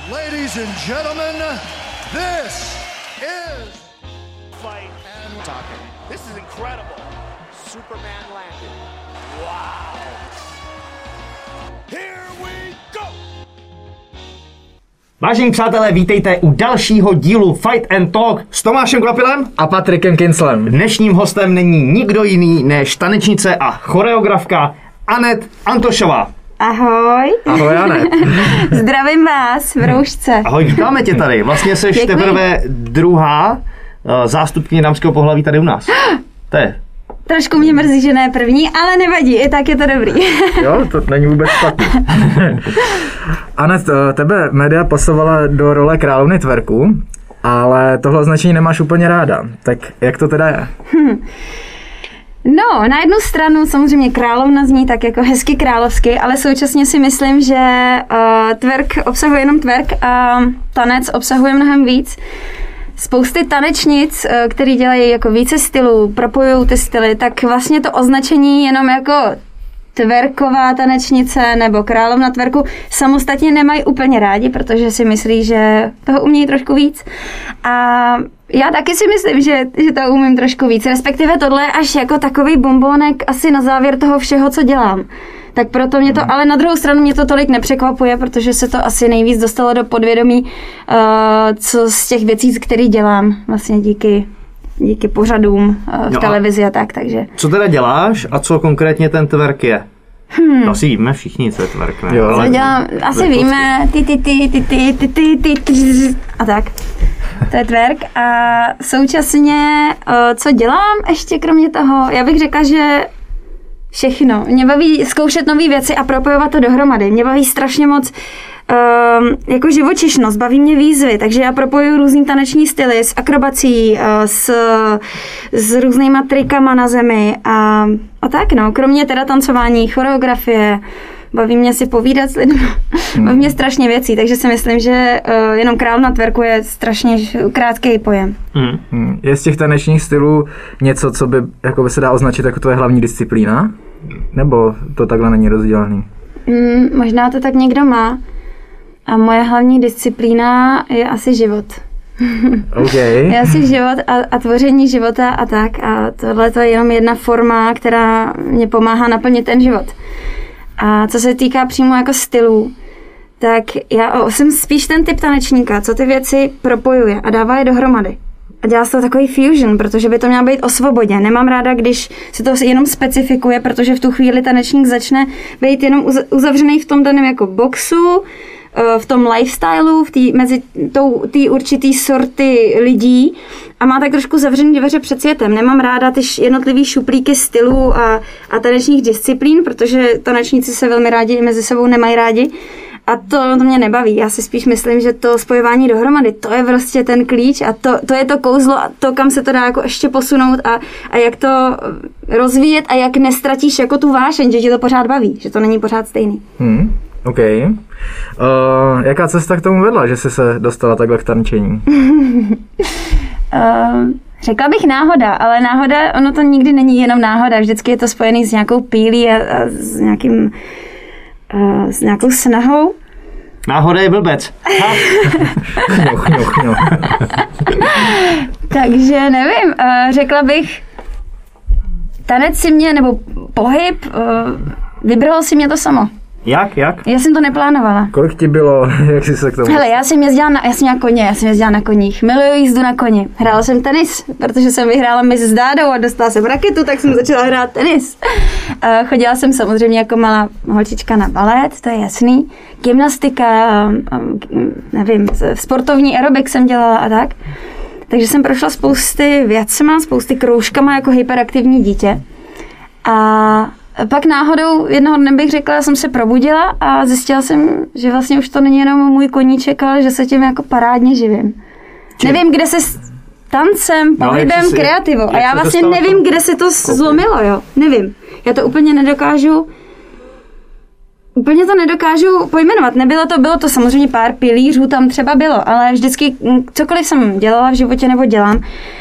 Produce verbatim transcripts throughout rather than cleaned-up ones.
Ladies and gentlemen, this is fight and talking. This is incredible. Superman landed. Wow. Here we go. Vážení přátelé, vítejte u dalšího dílu Fight and Talk s Tomášem Klapilem a Patrikem Kinslem. Dnešním hostem není nikdo jiný než tanečnice a choreografka Anet Antošová. Ahoj. Ahoj, Anet. Zdravím vás v roušce. Ahoj, vítáme tě tady. Vlastně seš Děkuji. teprve druhá uh, zástupkyně dámského pohlaví tady u nás. To je. Trošku mě mrzí, že ne první, ale nevadí, i tak je to dobrý. Jo, to není vůbec špatný. Anet, tebe média pasovala do role královny twerku, ale tohle označení nemáš úplně ráda. Tak jak to teda je? Hm. No, na jednu stranu samozřejmě královna zní tak jako hezky královsky, ale současně si myslím, že uh, twerk obsahuje jenom twerk a tanec obsahuje mnohem víc. Spousty tanečnic, který dělají jako více stylů, propojují ty styly, tak vlastně to označení jenom jako twerková tanečnice nebo královna twerku samostatně nemají úplně rádi, protože si myslí, že toho umějí trošku víc. A já taky si myslím, že, že to umím trošku víc, respektive tohle je až jako takový bombónek asi na závěr toho všeho, co dělám. Tak proto mě to, ale na druhou stranu mě to tolik nepřekvapuje, protože se to asi nejvíc dostalo do podvědomí, uh, co z těch věcí, které dělám, vlastně díky, díky pořadům uh, v no televizi a tak, takže. Co teda děláš a co konkrétně ten twerk je? Hmm. To asi víme všichni, co je twerk, ne? Jo, co dělám, asi víme, ty, ty, ty, ty, ty, ty, ty, ty, ty, a tak. To je twerk a současně, uh, co dělám ještě kromě toho, já bych řekla, že všechno. Mě baví zkoušet nové věci a propojovat to dohromady. Mě baví strašně moc um, jako živočišnost, baví mě výzvy, takže já propojuju různý taneční styly s akrobací, uh, s, s různýma trikama na zemi a, a tak no. Kromě teda tancování, choreografie, baví mě si povídat s lidmi, hmm. baví mě strašně věcí, takže si myslím, že uh, jenom královna twerku je strašně krátký pojem. Hmm. Hmm. Je z těch tanečních stylů něco, co by, jako by se dá označit jako tvoje hlavní disciplína? Nebo to takhle není rozdělený? Hmm, možná to tak někdo má. A moje hlavní disciplína je asi život. Okay. Je asi život a, a tvoření života a tak. A tohle to je jenom jedna forma, která mě pomáhá naplnit ten život. A co se týká přímo jako stylů, tak já jsem spíš ten typ tanečníka, co ty věci propojuje a dává je dohromady. A dělá z toho takový fusion, protože by to mělo být o svobodě. Nemám ráda, když se to jenom specifikuje, protože v tu chvíli tanečník začne být jenom uzavřený v tom daném jako boxu, v tom lifestylu, v tý, mezi té určitý sorty lidí a má tak trošku zavřený dveře před světem. Nemám ráda ty jednotlivý šuplíky stylů a, a tanečních disciplín, protože tanečníci se velmi rádi i mezi sebou nemají rádi. A to, to mě nebaví. Já si spíš myslím, že to spojování dohromady, to je prostě ten klíč a to, to je to kouzlo a to, kam se to dá jako ještě posunout a, a jak to rozvíjet a jak nestratíš jako tu vášeň, že ti to pořád baví, že to není pořád stejný. Hmm. OK. Uh, jaká cesta k tomu vedla, že jsi se dostala takhle k tančení? uh, řekla bych náhoda, ale náhoda, ono to nikdy není jenom náhoda, vždycky je to spojený s nějakou pílí a, a s nějakým uh, s nějakou snahou. Náhoda je blbec. Chňoch, chňoch, chňoch. Takže nevím, uh, řekla bych, tanec si mě, nebo pohyb, uh, vybralo si mě to samo. Jak, jak? Já jsem to neplánovala. Kolik ti bylo, jak jsi se k tomu? Hele, já jsem jezdila na, já jsem měla koně, já jsem jezdila na koních. Miluju jízdu na koni. Hrála jsem tenis, protože jsem vyhrála Miss s Dádou a dostala jsem raketu, tak jsem začala hrát tenis. Uh, chodila jsem samozřejmě jako malá holčička na balet, to je jasný. Gymnastika, um, nevím, sportovní aerobik jsem dělala a tak. Takže jsem prošla spousty věcma, spousty kroužkama jako hyperaktivní dítě. A pak náhodou jednoho dne bych řekla, jsem se probudila a zjistila jsem, že vlastně už to není jenom můj koníček, ale že se tím jako parádně živím. Čím? Nevím, kde se s tancem, pohybem, no, kreativou. A já vlastně nevím, kde se to zlomilo, jo. Nevím. Já to úplně nedokážu, úplně to nedokážu pojmenovat. Nebylo to, bylo to samozřejmě pár pilířů tam třeba bylo, ale vždycky cokoliv jsem dělala v životě nebo dělám,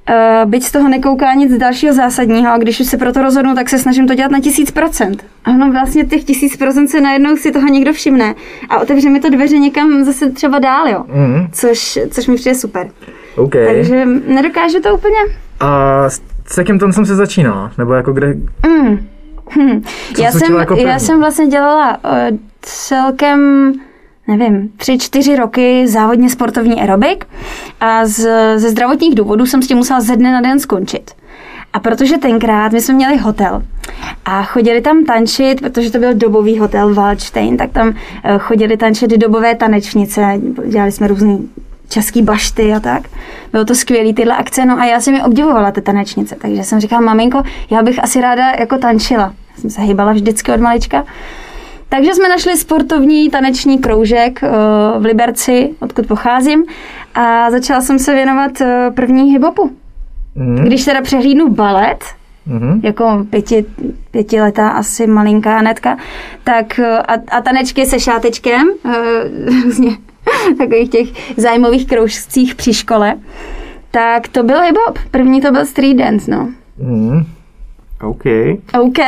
Uh, byť z toho nekouká nic dalšího zásadního a když už se pro to rozhodnu, tak se snažím to dělat na tisíc procent. A no vlastně těch tisíc procent se najednou si toho někdo všimne a otevře mi to dveře někam zase třeba dál, jo. Mm. Což, což mi přijde super. Okay. Takže nedokážu to úplně. A s jakým tom jsem se začínala? Nebo jako kde... Mm. Hm. Já, jsem, jako já jsem vlastně dělala uh, celkem... nevím, tři, čtyři roky závodně sportovní aerobik a z, ze zdravotních důvodů jsem s tím musela ze dne na den skončit. A protože tenkrát my jsme měli hotel a chodili tam tančit, protože to byl dobový hotel Waldstein, tak tam chodili tančit dobové tanečnice, dělali jsme různý český bašty a tak. Bylo to skvělý tyhle akce, no a já jsem je obdivovala, ty tanečnice, takže jsem říkala, maminko, já bych asi ráda jako tančila. Jsem se hýbala vždycky od malička. Takže jsme našli sportovní taneční kroužek v Liberci, odkud pocházím, a začala jsem se věnovat první hip-hopu. Mm. Když teda přehlídnu balet, mm. jako pěti, pětiletá asi malinká Anetka, tak a, a tanečky se šátečkem, různě takových těch zájmových kroužcích při škole, tak to byl hip-hop. První to byl street dance, no. Mm. OK. OK.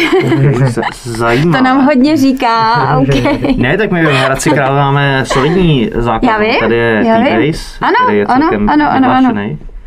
Zajímavé. To nám hodně říká. OK. Ne, tak my v Hradci Králové máme solidní základ. Já vím. Tady je T-Base, ano, který je celkem ano, ano, ano, ano.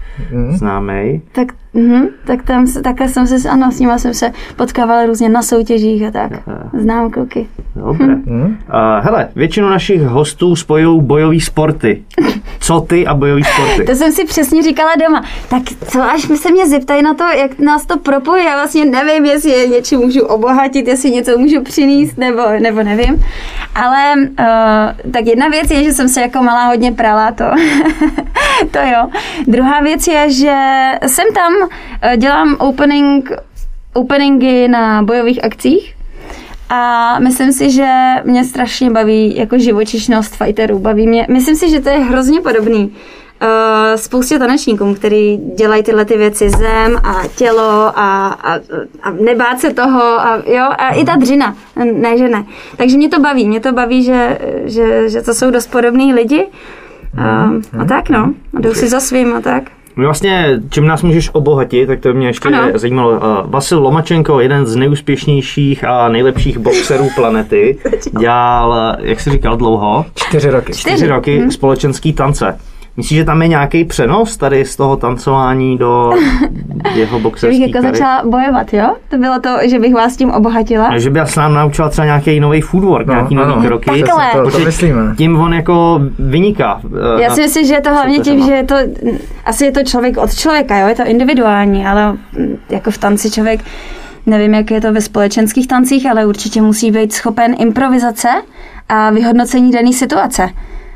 známej. Tak, uh-huh, tak tam se, takhle jsem se, ano, s nima jsem se potkávala různě na soutěžích a tak. Znám kluky. Dobře. Hm. Uh, hele, většinu našich hostů spojují bojový sporty. Co ty a bojový sporty? To jsem si přesně říkala doma. Tak co, až mi se mě zeptají na to, jak nás to propojí, já vlastně nevím, jestli něčím můžu obohatit, jestli něco můžu přinést, nebo, nebo nevím. Ale uh, tak jedna věc je, že jsem se jako malá hodně prala, to, to jo. Druhá věc je, že jsem tam, uh, dělám opening, openingy na bojových akcích. A myslím si, že mě strašně baví jako živočišnost fighterů. Baví mě. Myslím si, že to je hrozně podobný uh, spoustě tanečníkům, který dělají tyhle ty věci, zem a tělo a, a, a nebát se toho a, jo, a i ta dřina. Ne, že ne. Takže mě to baví. Mě to baví, že, že, že to jsou dost podobný lidi. Uh, a tak no. A jdou si za svým a tak. My vlastně, čím nás můžeš obohatit, tak to mě ještě ano. zajímalo. Uh, Vasil Lomačenko, jeden z nejúspěšnějších a nejlepších boxerů planety, dělal, jak jsi říkal, dlouho? Čtyři roky. Čtyři, Čtyři roky hmm. společenský tance. Myslíš, že tam je nějaký přenos tady z toho tancování do jeho boxerský kary? Že bych jako začala bojovat, jo? To bylo to, že bych vás tím obohatila? A že by se nám naučila třeba nějaký nový footwork, no, nějaký nový kroky. Takhle. To, to myslíme. Tím on jako vyniká. Já si myslím, že je to hlavně tím, že je to, asi je to člověk od člověka, jo? Je to individuální, ale jako v tanci člověk, nevím, jak je to ve společenských tancích, ale určitě musí být schopen improvizace a vyhodnocení dané situace.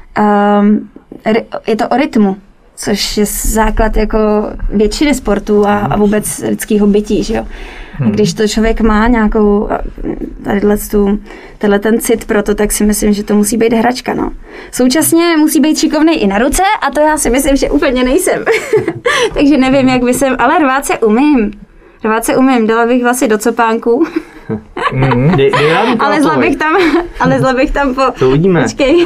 Um, je to o rytmu, což je základ jako většiny sportů a, a vůbec lidského bytí, že jo. A když to člověk má nějakou tenhle ten cit pro to, tak si myslím, že to musí být hračka, no. Současně musí být šikovnej i na ruce a to já si myslím, že úplně nejsem. Takže nevím, jak by jsem, ale rvát se umím. Rvát se umím, dala bych vlasy do copánku. Mm, dej, dej ale zle bych tam, ale zle bych tam po... To uvidíme. Počkej.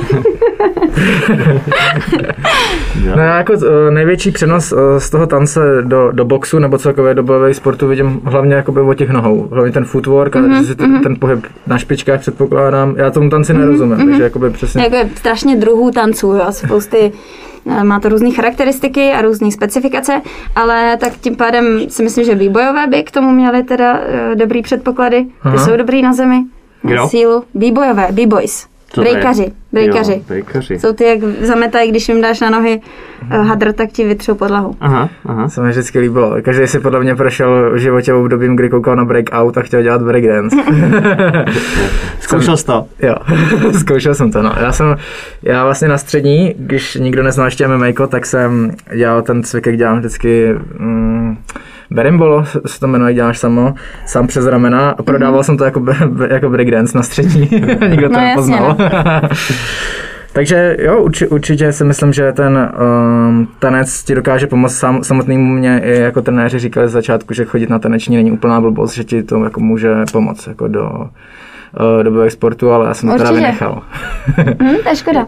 No já jako největší přenos z toho tance do, do boxu nebo celkově do bojových sportů vidím hlavně jakoby od těch nohou. Hlavně ten footwork mm-hmm, a ten, mm-hmm. ten pohyb na špičkách předpokládám. Já tomu tanci nerozumím, mm-hmm. takže jakoby přesně... Jako strašně druhů tanců, jo, spousty... Má to různé charakteristiky a různé specifikace, ale tak tím pádem si myslím, že výbojové by k tomu měly teda uh, dobrý předpoklady. Ty Aha. jsou dobrý na zemi, na sílu. Výbojové, b-boys, brejkaři, brejkaři. brejkaři. Jsou ty, jak zametají, když jim dáš na nohy uh, hadr, tak ti vytřou podlahu. Aha, aha. To se mi vždycky líbilo. Každý si podle mě prošel v životě obdobím, kdy koukal na breakout a chtěl dělat breakdance. Zkoušel jsi to? Jo, zkoušel jsem to, no. Já jsem, já vlastně na střední, když nikdo nezná ještě M M A, tak jsem dělal ten cvik, jak dělám vždycky mm, berimbolo, se to jmenuje, děláš samo, sám přes ramena a prodával mm-hmm. jsem to jako, jako breakdance na střední. Nikdo to no, nepoznal. Takže jo, urči, určitě si myslím, že ten um, tanec ti dokáže pomoct sam, samotnému. Mě i jako trenéři říkali z začátku, že chodit na taneční není úplná blbost, že ti to jako může pomoct jako do, uh, do bojových sportů, ale já jsem to teda vynechal. hmm, to je škoda.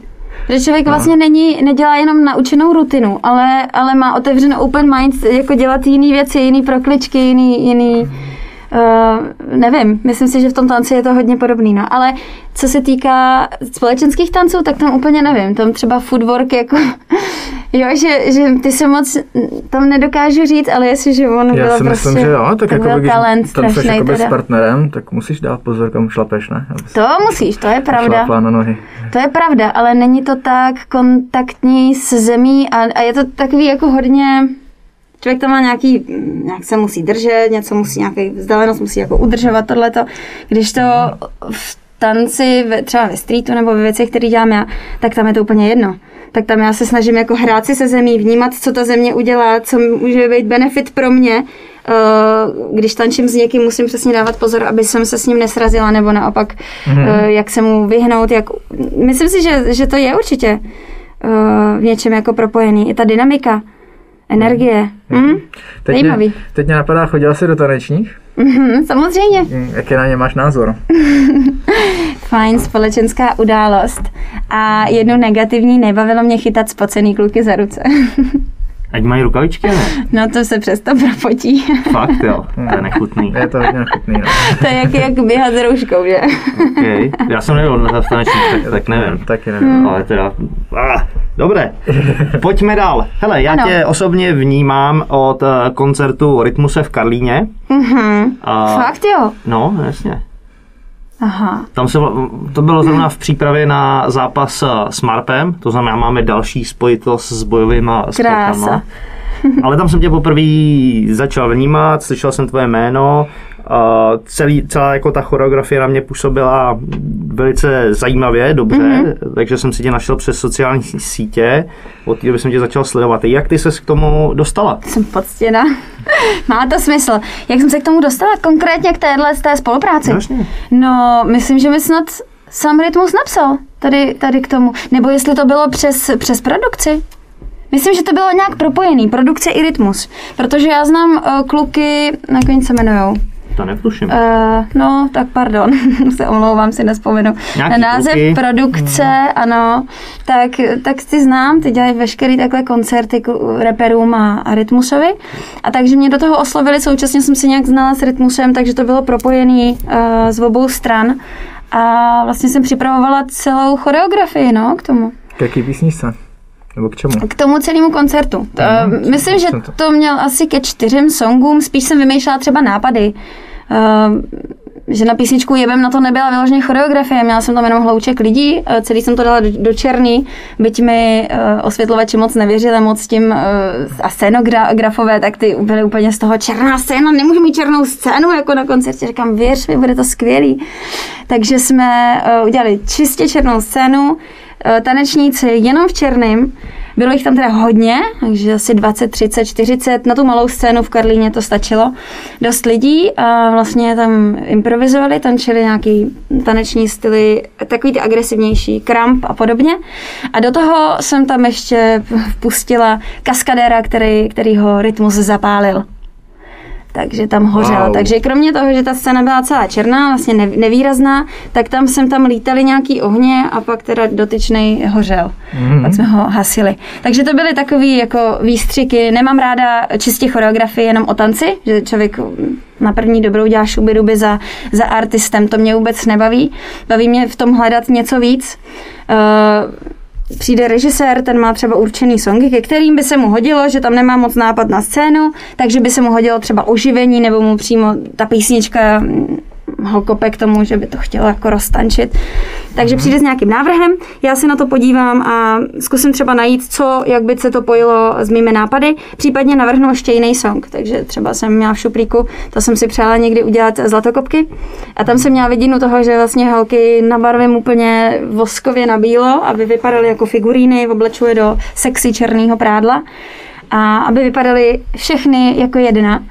Že člověk vlastně není, nedělá jenom naučenou rutinu, ale, ale má otevřenou open mind, jako dělat jiný věci, jiný prokličky, jiný, jiný Uh, nevím, myslím si, že v tom tanci je to hodně podobný, no. Ale co se týká společenských tanců, tak tam úplně nevím. Tam třeba footwork jako, jo, že, že ty se moc tam nedokážu říct, ale jestliže on byl prostě, myslím, že jo, tak jako byl talent strašnej teda. S partnerem, tak musíš dát pozor, kam šlapeš, ne? To musíš, to je pravda. Na nohy. To je pravda, ale není to tak kontaktní s zemí a, a je to takový jako hodně... Člověk tam má nějaký, nějak se musí držet, něco musí, nějaký vzdálenost musí jako udržovat tohleto. Když to v tanci, třeba ve streetu nebo ve věcech, které dělám já, tak tam je to úplně jedno. Tak tam já se snažím jako hrát si se zemí, vnímat, co ta země udělá, co může být benefit pro mě. Když tančím s někým, musím přesně dávat pozor, aby jsem se s ním nesrazila, nebo naopak, mm-hmm. jak se mu vyhnout. Jak... Myslím si, že, že to je určitě v něčem jako propojený. I ta dynamika. Energie. Mm. Teď, mě, teď mě napadá, chodila jsi do tanečních? Mm-hmm, samozřejmě. Jaký na ně máš názor? Fajn společenská událost. A jednu negativní, nebavilo mě chytat spocený kluky za ruce. Ať mají rukavičky, ne? No to se přesto propotí. Fakt jo, to je nechutný. Je to hodně nechutný, no. To je jak, jak běhat s rouškou, že? Okay. Já jsem nebyl na tanečních, tak, tak nevím. Taky nevím. Hmm. Ale teda, ah, dobré, pojďme dál. Hele, já ano. tě osobně vnímám od koncertu Rytmuse v Karlíně. Mhm. A, Fakt jo? No, jasně. Aha. Tam se, to bylo zrovna v přípravě na zápas s Marpem, to znamená, máme další spojitost s bojovýma sportama. Ale tam jsem tě poprvé začal vnímat, slyšel jsem tvoje jméno, Uh, celý, celá jako ta choreografie na mě působila velice zajímavě, dobře, mm-hmm. takže jsem si tě našel přes sociální sítě, od té doby jsem tě začal sledovat. Jak ty ses k tomu dostala? Jsem poctěna. Má to smysl. Jak jsem se k tomu dostala? Konkrétně k téhle z té spolupráci? Jasně. No, myslím, že mi snad sám Rytmus napsal tady, tady k tomu. Nebo jestli to bylo přes, přes produkci. Myslím, že to bylo nějak propojený, produkce i Rytmus. Protože já znám uh, kluky, jak oni se jmenujou? To netuším. Uh, no, tak pardon, se omlouvám, si nespomenu. Nějaký název kluky. Produkce, hmm. ano, tak, tak ty znám, ty dělají veškerý takhle koncerty reperům a, a Rytmusovi. A takže mě do toho oslovili, současně jsem si nějak znala s Rytmusem, takže to bylo propojený uh, z obou stran. A vlastně jsem připravovala celou choreografii, no, k tomu. K jaký písničce? Nebo k čemu? K tomu celému koncertu. To, no, myslím, že to měl asi ke čtyřem songům, spíš jsem vymýšlela třeba nápady. Uh, že na písničku Jebem na to nebyla vyloženě choreografie, měla jsem tam jenom hlouček lidí, uh, celý jsem to dala do, do černý, byť mi uh, osvětlovači moc nevěřili, moc tím uh, a scénografové, tak ty byly úplně z toho černá scéna, nemůžu mít černou scénu jako na koncertě, říkám, věř mi, bude to skvělý. Takže jsme uh, udělali čistě černou scénu, tanečníci jenom v černém. Bylo jich tam teda hodně, takže asi dvacet, třicet, čtyřicet. Na tu malou scénu v Karlíně to stačilo. Dost lidí a vlastně tam improvizovali, tančili nějaký taneční styly, takový ty agresivnější, kramp a podobně. A do toho jsem tam ještě vpustila kaskadéra, který, který ho Rytmus zapálil. Takže tam hořel. Wow. Takže kromě toho, že ta scéna byla celá černá, vlastně nevýrazná, tak tam jsem tam lítali nějaký ohně a pak teda dotyčnej hořel. Mm-hmm. Pak jsme ho hasili. Takže to byly takový jako výstřiky. Nemám ráda čistě choreografii jenom o tanci, že člověk na první dobrou dělá šubiduby za, za artistem. To mě vůbec nebaví. Baví mě v tom hledat něco víc. Uh, Přijde režisér, ten má třeba určený songy, ke kterým by se mu hodilo, že tam nemá moc nápad na scénu, takže by se mu hodilo třeba oživení, nebo mu přímo ta písnička ho kope k tomu, že by to chtělo jako roztančit. Takže přijde s nějakým návrhem, já se na to podívám a zkusím třeba najít, co, jak by se to pojilo s mými nápady, případně navrhnu ještě jiný song. Takže třeba jsem měla v šuplíku, to jsem si přála někdy udělat Zlatokopky a tam jsem měla vidinu toho, že vlastně holky nabarvím úplně voskově na bílo, aby vypadaly jako figuríny, oblečuje do sexy černého prádla a aby vypadaly všechny jako jedna.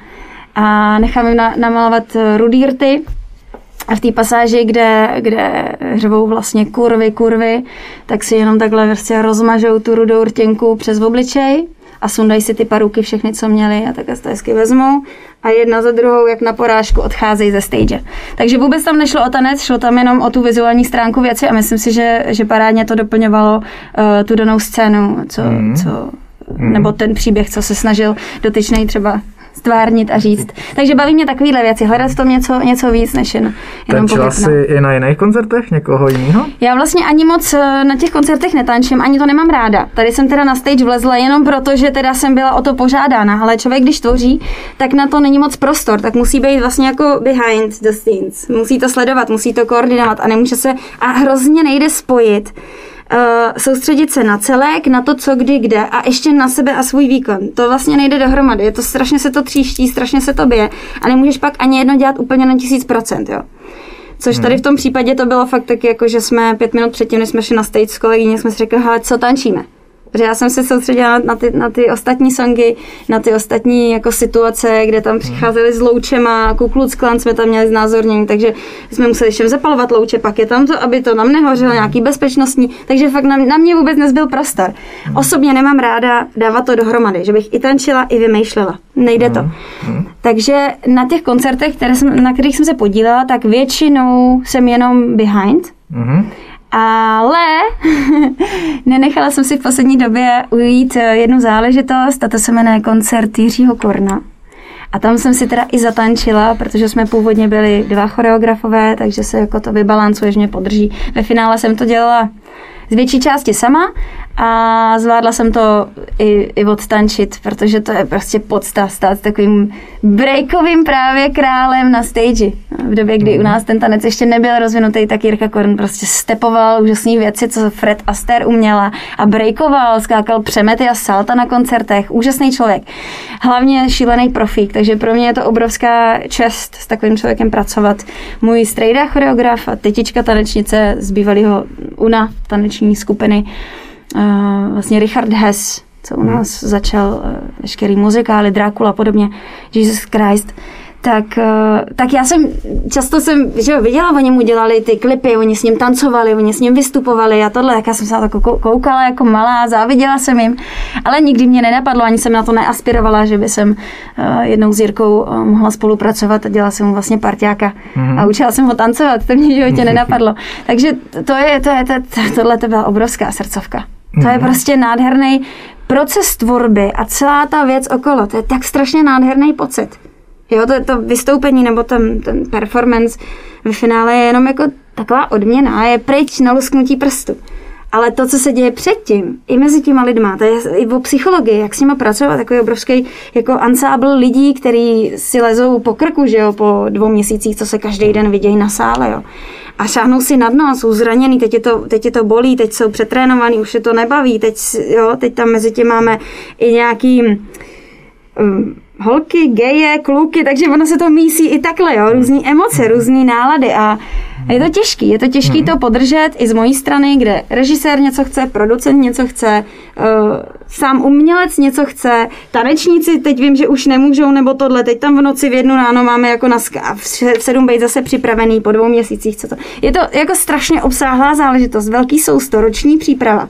A nechám jim na, namalovat rudý rty. A v té pasáži, kde, kde řvou vlastně kurvy, kurvy, tak si jenom takhle vlastně rozmažou tu rudou rtěnku přes obličej a sundají si ty paruky všechny, co měli a tak to hezky vezmou a jedna za druhou, jak na porážku, odcházejí ze stage. Takže vůbec tam nešlo o tanec, šlo tam jenom o tu vizuální stránku věci a myslím si, že, že parádně to doplňovalo uh, tu danou scénu, co, mm. co, nebo ten příběh, co se snažil dotyčnej třeba stvárnit a říct. Takže baví mě takovýhle věci, hledat v tom něco, něco víc, než jen, jenom Tančila jsi i na jiných koncertech někoho jiného? Já vlastně ani moc na těch koncertech netančím, ani to nemám ráda. Tady jsem teda na stage vlezla jenom proto, že teda jsem byla o to požádána, ale člověk, když tvoří, tak na to není moc prostor, tak musí být vlastně jako behind the scenes. Musí to sledovat, musí to koordinovat a nemůže se, a hrozně nejde spojit Uh, soustředit se na celek, na to, co, kdy, kde a ještě na sebe a svůj výkon. To vlastně nejde dohromady. Je to strašně se to tříští, strašně se to bije a nemůžeš pak ani jedno dělat úplně na tisíc procent, jo. Což tady v tom případě to bylo fakt taky jako, že jsme pět minut předtím, než jsme šli na stage s kolegyní, jsme si řekli, hele, co tančíme? Protože já jsem se soustředila na ty, na ty ostatní songy, na ty ostatní jako situace, kde tam přicházeli s loučema, Ku Klux Klan jsme tam měli znázornění, takže jsme museli ještě zapalovat louče, pak je tam to, aby to nám nehořelo, nějaký bezpečnostní, takže fakt na, na mě vůbec nezbyl prostor. Osobně nemám ráda dávat to dohromady, že bych i tančila, i vymýšlela. Nejde to. Takže na těch koncertech, které jsem, na kterých jsem se podílela, tak většinou jsem jenom behind. Mm-hmm. Ale nenechala jsem si v poslední době ujít jednu záležitost a to se jmenuje koncert Jiřího Korna. A tam jsem si teda i zatančila, protože jsme původně byli dva choreografové, takže se jako to vybalancuje, že mě podrží. Ve finále jsem to dělala z větší části sama a zvládla jsem to i, i odtančit, protože to je prostě podsta stát takovým breakovým právě králem na stage. V době, kdy u nás ten tanec ještě nebyl rozvinutý, tak Jirka Korn prostě stepoval úžasné věci, co Fred Astaire uměla a breakoval, skákal přemety a salta na koncertech. Úžasný člověk. Hlavně šílený profík, takže pro mě je to obrovská čest s takovým člověkem pracovat. Můj strejda choreograf a tetička tanečnice z bývalého Una taneční skupiny, vlastně Richard Hess, co u nás začal veškerý muzikály, Drákula a podobně, Jesus Christ, tak, tak já jsem, často jsem, že jo, viděla, oni mu dělali ty klipy, oni s ním tancovali, oni s ním vystupovali a tohle, tak já jsem se na to koukala jako malá, záviděla jsem jim, ale nikdy mě nenapadlo, ani jsem na to neaspirovala, že by jsem jednou s Jirkou mohla spolupracovat a dělala jsem mu vlastně parťáka mm. a učila jsem ho tancovat, to mě v životě nenapadlo. Takže to je, to je, to, tohle to byla obrovská srdcovka. To je prostě nádherný proces tvorby a celá ta věc okolo, to je tak strašně nádherný pocit. Jo, to, to vystoupení nebo ten, ten performance ve finále je jenom jako taková odměna, je pryč na lusknutí prstu. Ale to, co se děje předtím, i mezi těma lidma, to je i o psychologii, jak s nima pracovat, takový obrovský jako ansábl lidí, kteří si lezou po krku, že jo, po dvou měsících, co se každý den vidějí na sále, jo. A šáhnou si na dno, jsou zraněný, teď je to, teď je to bolí, teď jsou přetrénovaný, už je to nebaví, teď, jo, teď tam mezi tím máme i nějaký um, holky, geje, kluky, takže ono se to mísí i takhle, jo, různý emoce, různý nálady a je to těžký, je to těžký to podržet i z mojí strany, kde režisér něco chce, producent něco chce, uh, sám umělec něco chce, tanečníci teď vím, že už nemůžou, nebo tohle, teď tam v noci v jednu ráno máme jako na ska- v sedm být zase připravený po dvou měsících, co to. Je to jako strašně obsáhlá záležitost, velký sousto, roční příprava.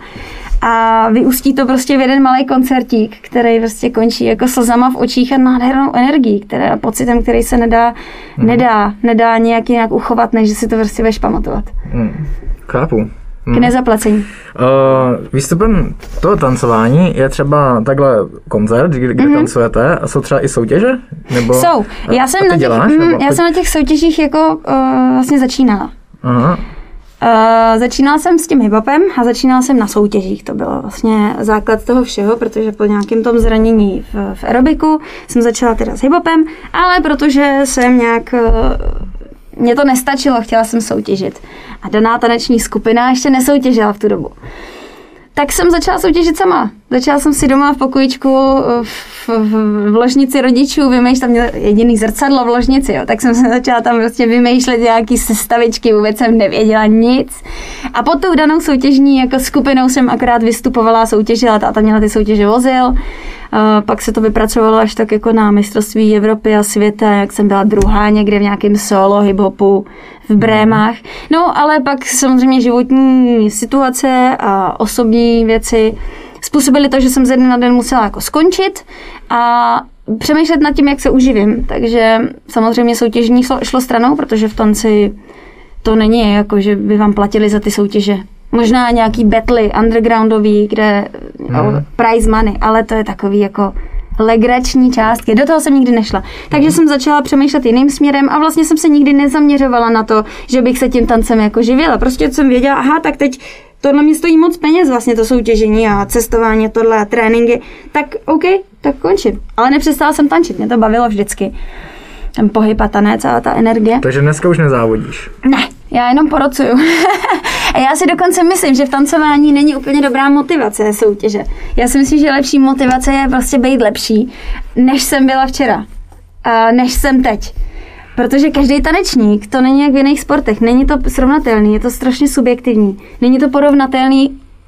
A vyústí to prostě v jeden malý koncertík, který prostě končí jako slzama v očích a nádhernou energií, která, pocitem, který se nedá, hmm. nedá, nedá nějak jinak uchovat, než že si to prostě budeš pamatovat. Hmm. Chápu. Hmm. K nezaplacení. Uh, výstupem toho tancování je třeba takhle koncert, kde, kde mm-hmm. tancujete, a jsou třeba i soutěže? Nebo, jsou. Já jsem, na těch, děláš, mm, já jsem na těch soutěžích jako uh, vlastně začínala. Aha. Uh, začínala jsem s tím hiphopem a začínala jsem na soutěžích. To bylo vlastně základ toho všeho, protože po nějakém tom zranění v, v aerobiku jsem začala teda s hiphopem, ale protože jsem nějak... Uh, mě to nestačilo, chtěla jsem soutěžit. A daná taneční skupina ještě nesoutěžila v tu dobu. Tak jsem začala soutěžit sama. Začala jsem si doma v pokojičku v, v, v ložnici rodičů vymýšlet, tam měl jediný zrcadlo v ložnici, jo. Tak jsem se začala tam prostě vymýšlet nějaký sestavičky, vůbec jsem nevěděla nic. A pod tou danou soutěžní jako skupinou jsem akorát vystupovala, soutěžila, táta měla ty soutěže vozil. Uh, pak se to vypracovalo až tak jako na mistrovství Evropy a světa, jak jsem byla druhá někde v nějakém solo hiphopu v Brémách. No, ale pak samozřejmě životní situace a osobní věci způsobily to, že jsem ze dne na den musela jako skončit a přemýšlet nad tím, jak se uživím. Takže samozřejmě soutěžní šlo, šlo stranou, protože v tanci to není jako, že by vám platili za ty soutěže. Možná nějaký battly undergroundový, kde hmm. o, prize money, ale to je takový jako legrační částky. Do toho jsem nikdy nešla. Takže jsem začala přemýšlet jiným směrem a vlastně jsem se nikdy nezaměřovala na to, že bych se tím tancem jako živila. Prostě jsem věděla, aha, tak teď tohle mě stojí moc peněz, vlastně to soutěžení a cestování, tohle a tréninky, tak OK, tak končím. Ale nepřestala jsem tančit, mě to bavilo vždycky. Ten pohyb a tanec a ta energie. Takže dneska už nezávodíš? Ne, já jenom porocuju. A já si dokonce myslím, že v tancování není úplně dobrá motivace soutěže. Já si myslím, že lepší motivace je prostě být lepší, než jsem byla včera. A než jsem teď. Protože každý tanečník, to není jak v jiných sportech, není to srovnatelný, je to strašně subjektivní. Není to porovnatelný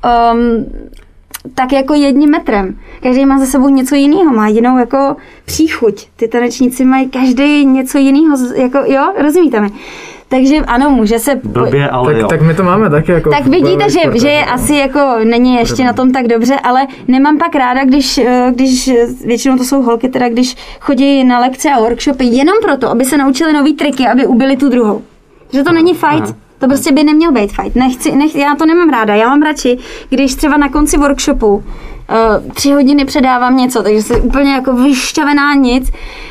um, tak jako jedním metrem. Každý má za sebou něco jiného, má jinou jako příchuť. Ty tanečníci mají každý něco jiného, jako jo, rozumíte mi? Takže ano, může se... Blbě, ale tak, jo. tak my to máme taky jako... Tak vidíte, že, že je asi jako není ještě na tom tak dobře, ale nemám pak ráda, když, když většinou to jsou holky, teda když chodí na lekce a workshopy jenom proto, aby se naučili nový triky, aby ubili tu druhou. Že to není fight, aha. To prostě by neměl být fight. Nechci, nech, já to nemám ráda, já mám radši, když třeba na konci workshopu uh, tři hodiny předávám něco, takže jsem úplně jako vyšťavená nic.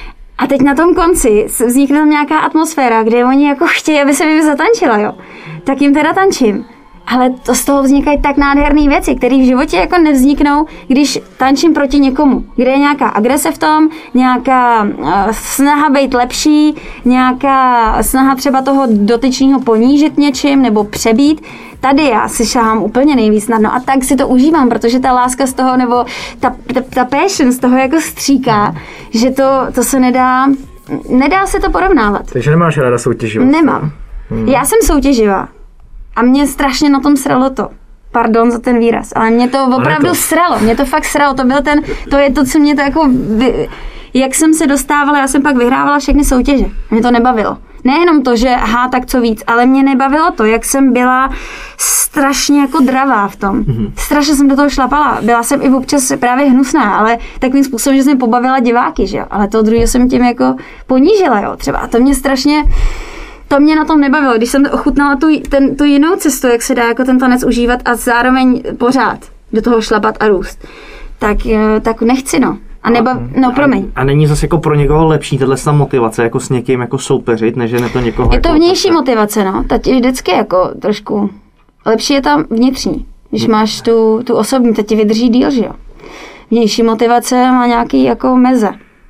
A teď na tom konci vznikne tam nějaká atmosféra, kde oni jako chtějí, aby se mi zatančila, jo. Tak jim teda tančím. Ale to z toho vznikají tak nádherné věci, které v životě jako nevzniknou, když tančím proti někomu. Kde je nějaká agrese v tom, nějaká uh, snaha být lepší, nějaká snaha třeba toho dotyčního ponížit něčím nebo přebít. Tady já si šahám úplně nejvíc na dno a tak si to užívám, protože ta láska z toho, nebo ta, ta, ta passion z toho jako stříká, že to, to se nedá, nedá se to porovnávat. Takže nemáš ráda soutěživost? Nemám. Hmm. Já jsem soutěživá a mě strašně na tom sralo to. Pardon za ten výraz, ale mě to opravdu to. sralo. Mě to fakt sralo. To byl ten, to je to, co mě to jako... Vy, jak jsem se dostávala, já jsem pak vyhrávala všechny soutěže. Mě to nebavilo. Nejenom to, že aha, tak co víc, ale mě nebavilo to, jak jsem byla strašně jako dravá v tom. Mm-hmm. Strašně jsem do toho šlapala. Byla jsem i občas právě hnusná, ale takovým způsobem, že jsem pobavila diváky, že jo. Ale toho druhého jsem tím jako ponížila, jo. Třeba a to mě strašně... To mě na tom nebavilo, když jsem ochutnala tu, ten, tu jinou cestu, jak se dá jako ten tanec užívat a zároveň pořád do toho šlapat a růst. Tak, tak nechci, no. A nebav... No, promiň. A, a není zase jako pro někoho lepší tahle motivace, jako s někým jako soupeřit, než je to někoho... Je to jako vnější jako... motivace, no. Teď je vždycky jako trošku... Lepší je tam vnitřní. Když máš tu, tu osobní, teď ti vydrží díl, že jo. Vnější motivace má nějaký jako meze.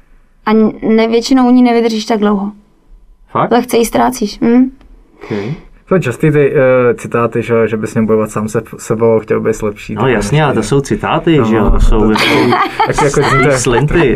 A ne, většinou u ní nevydržíš tak dlouho. Fakt? Lehce ji ztrácíš. Hm? Okay. To častý ty uh, citáty, že, že bys měl bojovat sám se sebou, chtěl bys lepší. No jasně, ale to jsou citáty, no, že jo, to jsou to, to, jako slinty. No.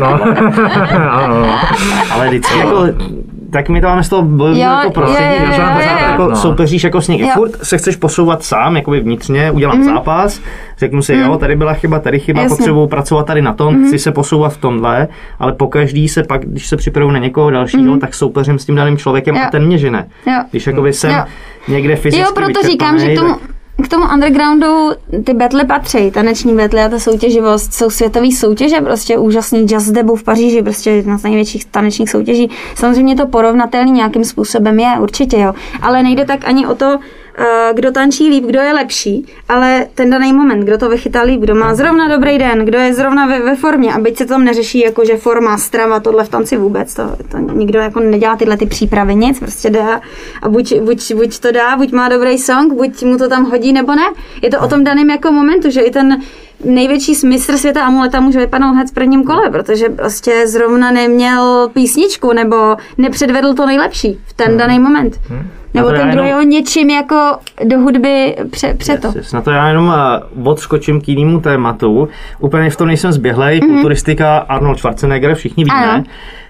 Ano, no. Ale vždycky jako, tak my to máme z toho bojovního jako prostředí, že na pořád jako no. soupeříš jako s někým. Furt se chceš posouvat sám, jakoby vnitřně, udělám mm. zápas, řeknu si, mm. jo, tady byla chyba, tady chyba, jasně. potřebuju pracovat tady na tom, mm. chci se posouvat v tomhle, ale pokaždý se pak, když se připravuju na někoho dalšího, mm. tak soupeřím s tím daným člověkem jo. a ten mě žene. Jo. Když jakoby jsem jo. někde fyzicky Jo, proto říkám, že k tomu, k tomu undergroundu ty battle patří, taneční battle a ta soutěživost, jsou světové soutěže, prostě úžasný Jazz Debut v Paříži, prostě jedna z největších tanečních soutěží. Samozřejmě to porovnatelný nějakým způsobem je, určitě jo, ale nejde tak ani o to, kdo tančí líp, kdo je lepší, ale ten daný moment, kdo to vychytá líp, kdo má zrovna dobrý den, kdo je zrovna ve, ve formě, a byť se tam neřeší jako, že forma, strava, tohle v tanci vůbec, to, to nikdo jako nedělá tyhle ty přípravy, nic, prostě dá a buď, buď, buď to dá, buď má dobrý song, buď mu to tam hodí, nebo ne. Je to o tom daném jako momentu, že i ten největší mistr světa Amuleta může vypadnout hned v prvním kole, protože prostě zrovna neměl písničku nebo nepředvedl to nejlepší v ten daný moment. Hmm. Nebo ten druhý jenom... něčím jako do hudby pře, přeto. Yes, yes. Na to já jenom uh, odskočím k jinému tématu. Úplně v tom nejsem zběhlej. Mm-hmm. Kulturistika Arnold Schwarzenegger, všichni víme. Ano.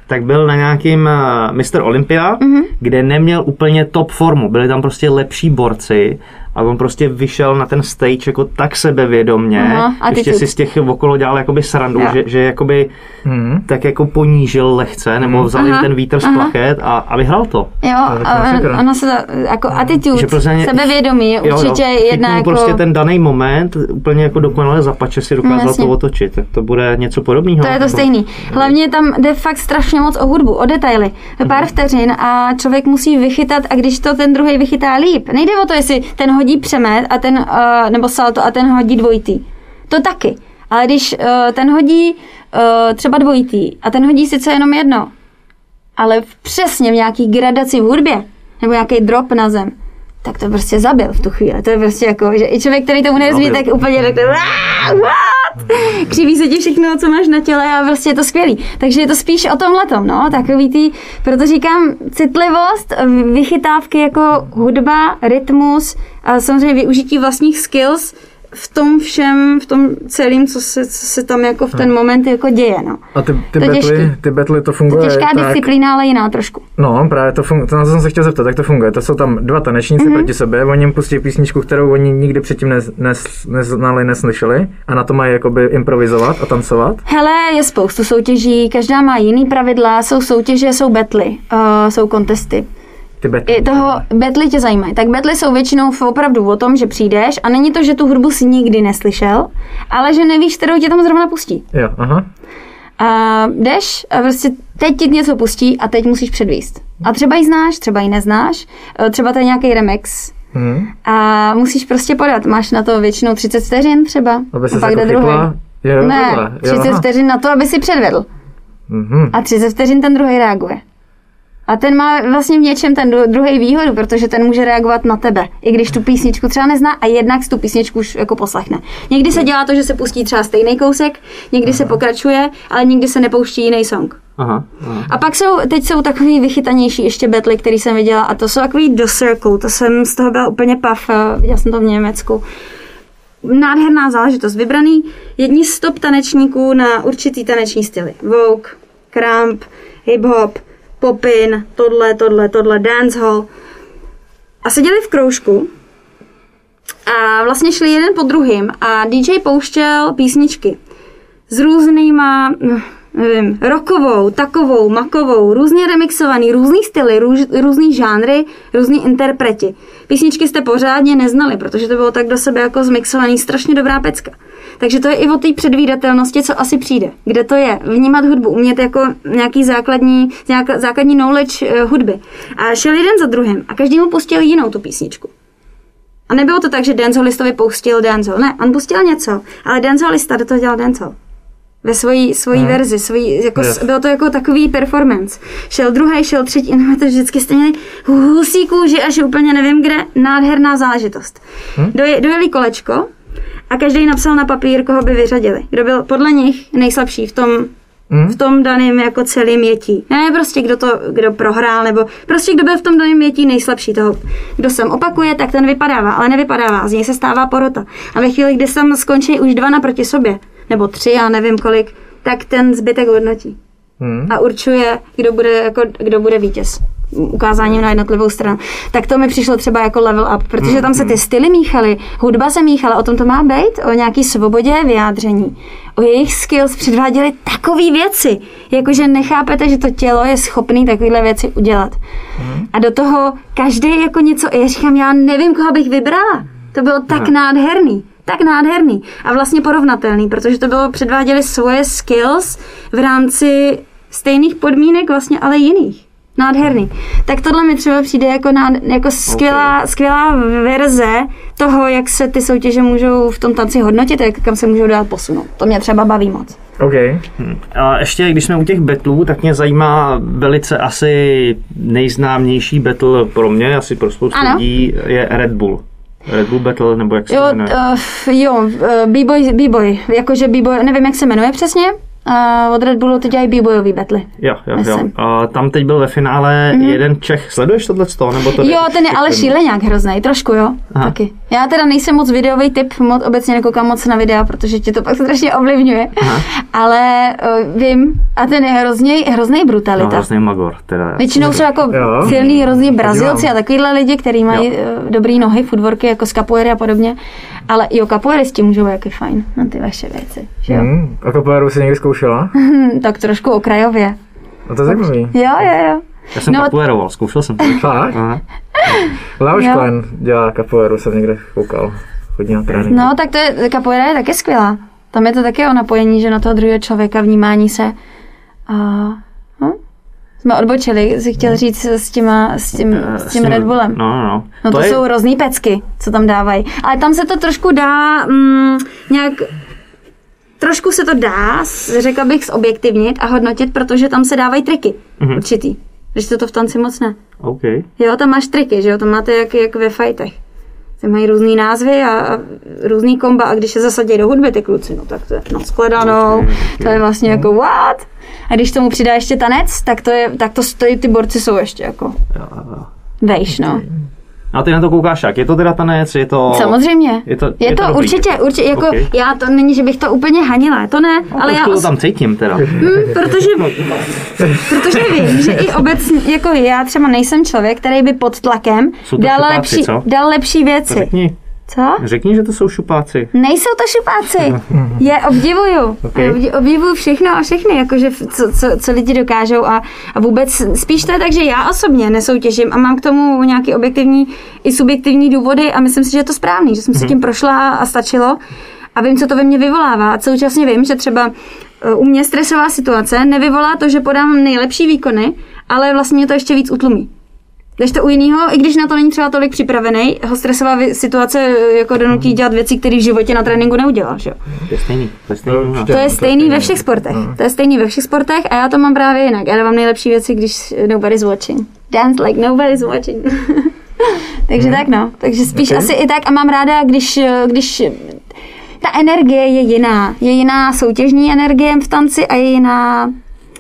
tak byl na nějakým mister Olympia, mm-hmm. kde neměl úplně top formu. Byli tam prostě lepší borci a on prostě vyšel na ten stage jako tak sebevědomně. Aha, ještě si z těch okolo dělal jakoby srandu, že, že jakoby mm-hmm. tak jako ponížil lehce, nebo vzal jim ten vítr z plachet a, a vyhrál to. Jo, a ono se to, jako attitude, prostě sebevědomí je určitě jo, jo, jedna jako... prostě ten daný moment úplně jako dokonale zapače si dokázal no, to otočit. Tak to bude něco podobného. To je to stejný. Hlavně tam jde fakt strašně moc o hudbu, o detaily. Pár vteřin a člověk musí vychytat a když to ten druhý vychytá líp. Nejde o to, jestli ten hodí přemet a ten, uh, nebo salto a ten hodí dvojitý. To taky. Ale když uh, ten hodí uh, třeba dvojitý a ten hodí sice jenom jedno, ale přesně v nějaký gradaci v hudbě, nebo nějaký drop na zem, tak to prostě zabil v tu chvíli. To je prostě jako, že i člověk, který tomu nerozumí, tak úplně řekne křiví se ti všechno, co máš na těle a prostě je to skvělý. Takže je to spíš o tomhletom, no, takový tý, proto říkám citlivost, vychytávky jako hudba, rytmus a samozřejmě využití vlastních skills v tom všem, v tom celém, co se, co se tam jako v ten moment jako děje, no. A ty, ty, betly, ty betly to funguje. To je těžká tak... disciplína, ale jiná trošku. No, právě to funguje, to na to jsem se chtěl zeptat, jak to funguje. To jsou tam dva tanečníci mm-hmm. proti sobě, oni jim pustí písničku, kterou oni nikdy předtím nez, nez, neznali, neslyšeli a na to mají jakoby improvizovat a tancovat. Hele, je spoustu soutěží, každá má jiný pravidla, jsou soutěže, jsou betly, uh, jsou kontesty. Ty betly. I toho betly tě zajímají. Tak betly jsou většinou opravdu o tom, že přijdeš a není to, že tu hudbu si nikdy neslyšel, ale že nevíš, kterou tě tam zrovna pustí. Jo, aha. A jdeš a prostě teď ti něco pustí a teď musíš předvíst. A třeba ji znáš, třeba ji neznáš, třeba to je nějaký remix. Hmm. A musíš prostě podat. Máš na to většinou třicet vteřin třeba. Aby a pak jde druhý. Jo, ne, třicet vteřin na to, aby si předvedl. Mm-hmm. A třicet vteřin ten druhý reaguje. A ten má vlastně v něčem ten druhý výhodu, protože ten může reagovat na tebe, i když tu písničku třeba nezná a jednak tu písničku už jako poslechne. Někdy se dělá to, že se pustí třeba stejný kousek, někdy aha. se pokračuje, ale nikdy se nepouští jiný song. Aha, aha. A pak jsou, teď jsou takový vychytanější ještě betly, který jsem viděla a to jsou takový do circle, to jsem z toho byla úplně pav, viděla jsem to v Německu. Nádherná záležitost, vybraný jedni z top tanečníků na určitý taneční styly. Vogue, Cramp, hip-hop, popin, tohle, tohle, tohle, dancehall. A seděli v kroužku a vlastně šli jeden po druhým a dý džej pouštěl písničky s různýma, nevím, rockovou, takovou, makovou, různě remixovaný, různý styly, růz, různý žánry, různý interpreti. Písničky jste pořádně neznali, protože to bylo tak do sebe jako zmixovaný, strašně dobrá pecka. Takže to je i o té předvídatelnosti, co asi přijde. Kde to je? Vnímat hudbu, umět jako nějaký základní, nějaká, základní knowledge uh, hudby. A šel jeden za druhým a každý mu pustil jinou tu písničku. A nebylo to tak, že dancehallistovi pustil dancehall. Ne, on pustil něco, ale dancehallista do toho dělal dancehall. Ve svojí, svojí hmm. verzi, svojí, jako, yes. Bylo to jako takový performance. Šel druhý, šel třetí, no to vždycky jste měli husí kůži, až úplně nevím kde, nádherná záležitost. Hmm. Doje, dojeli kolečko a každý napsal na papír, koho by vyřadili. Kdo byl podle nich nejslabší v tom, hmm. v tom daném jako celém jetí. Ne prostě kdo to, kdo prohrál, nebo prostě kdo byl v tom daném jetí nejslabší toho. Kdo sem opakuje, tak ten vypadává, ale nevypadává, z něj se stává porota. A ve chvíli, kdy tam skončí už dva naproti sobě, nebo tři, já nevím kolik, tak ten zbytek hodnotí. Hmm. A určuje, kdo bude, jako, kdo bude vítěz. Ukázáním na jednotlivou stranu. Tak to mi přišlo třeba jako level up, protože tam se ty styly míchaly, hudba se míchala, o tom to má být, o nějaký svobodě vyjádření. O jejich skills předváděli takové věci, jakože nechápete, že to tělo je schopné takovéhle věci udělat. Hmm. A do toho každý jako něco, já říkám, já nevím, koho bych vybrala. To bylo tak hmm. nádherný. Tak nádherný a vlastně porovnatelný, protože to bylo, předváděli svoje skills v rámci stejných podmínek vlastně, ale jiných. Nádherný. Tak tohle mi třeba přijde jako, nád, jako skvělá, okay. skvělá verze toho, jak se ty soutěže můžou v tom tanci hodnotit a jak, kam se můžou dát posunout. To mě třeba baví moc. Okay. Hmm. A ještě, když jsme u těch battlů, tak mě zajímá velice asi nejznámější battle pro mě, asi pro spoustu lidí, je Red Bull. Red Bull Battle, nebo jak se jo, jmenuje? Uh, jo, uh, B-boy, B-boy, jakože B-boy, nevím, jak se jmenuje přesně, a od Red Bullu to dělají b-bojový battle. Jo, jo, jo. A tam teď byl ve finále mm. jeden Čech. Sleduješ tohleto? Nebo to jo, ten je ale šíleňák hroznej, trošku jo, Aha. taky. Já teda nejsem moc videový typ, moc, obecně nekoukám moc na videa, protože tě to pak strašně ovlivňuje. Aha. Ale uh, vím, a ten je hrozný, hrozný brutalita. No, hrozný magor. Teda. Většinou jsou jako jo. silný hrozný Brazilci a takovýhle lidi, kteří mají uh, dobrý nohy, footworky, jako z capoeiry a podobně. Ale jo, capoeiristi můžou být jaký fajn na ty vaše věci. Že jo? Hmm, a capoeiru jsi někdy zkoušela? Tak trošku okrajově. No to je zajímavý. Jo, jo, jo. Já jsem no, capoeiroval, zkoušel jsem to. Fakt? Leoš Klein dělá capoeiru, jsem někde koukal. Chodí na trénink. No, tak to je, capoeira je taky skvělá. Tam je to taky o napojení, že na toho druhého člověka, vnímání se. A, no, jsme odbočili, si chtěl říct s, těma, s, tím, s tím Red Bullem. No, no, no. No to, to je... jsou hrozný pecky, co tam dávají. Ale tam se to trošku dá mm, nějak... Trošku se to dá, řekla bych, zobjektivnit a hodnotit, protože tam se dávají triky mm-hmm. určitý. Když to, to v tanci moc ne. Okay. Jo, tam máš triky, že jo, to máte jak, jak ve fightech. Ty mají různý názvy a, a různý komba a když se zasadí do hudby ty kluci, no tak to je naskladanou, okay, okay. To je vlastně jako what? A když tomu přidá ještě tanec, tak to je, tak to stojí, ty borci jsou ještě jako vejš, no. A ty na to koukáš jak? Je to teda tanec? Je to... Samozřejmě. Je to, je je to, to určitě, určitě, jako okay. Já to není, že bych to úplně hanila, to ne, no, ale já... to tam cítím teda. Hmm, protože, protože vím, že i obecně, jako já třeba nejsem člověk, který by pod tlakem dal lepší, dal lepší věci. Řekni. Co? Řekni, že to jsou šupáci. Nejsou to šupáci. Je obdivuju. Okay. Obdivuju všechno a všechny, jakože co, co, co lidi dokážou a, a vůbec spíš to je tak, že já osobně nesoutěžím a mám k tomu nějaký objektivní i subjektivní důvody a myslím si, že je to správný, že jsem si tím prošla a stačilo a vím, co to ve mně vyvolává a současně vím, že třeba u mě stresová situace nevyvolá to, že podám nejlepší výkony, ale vlastně to ještě víc utlumí. Když to u jiného, i když na to není třeba tolik připravený, ho stresová situace jako donutí dělat věci, které v životě na tréninku neudělá, že jo? To je stejný. To je stejný, no, to je stejný ve všech sportech. To je stejný ve všech sportech a já to mám právě jinak. Já dávám nejlepší věci, když nobody's watching. Dance like nobody's watching. Takže tak no. Takže spíš okay. asi i tak a mám ráda, když, když ta energie je jiná. Je jiná soutěžní energie v tanci a je jiná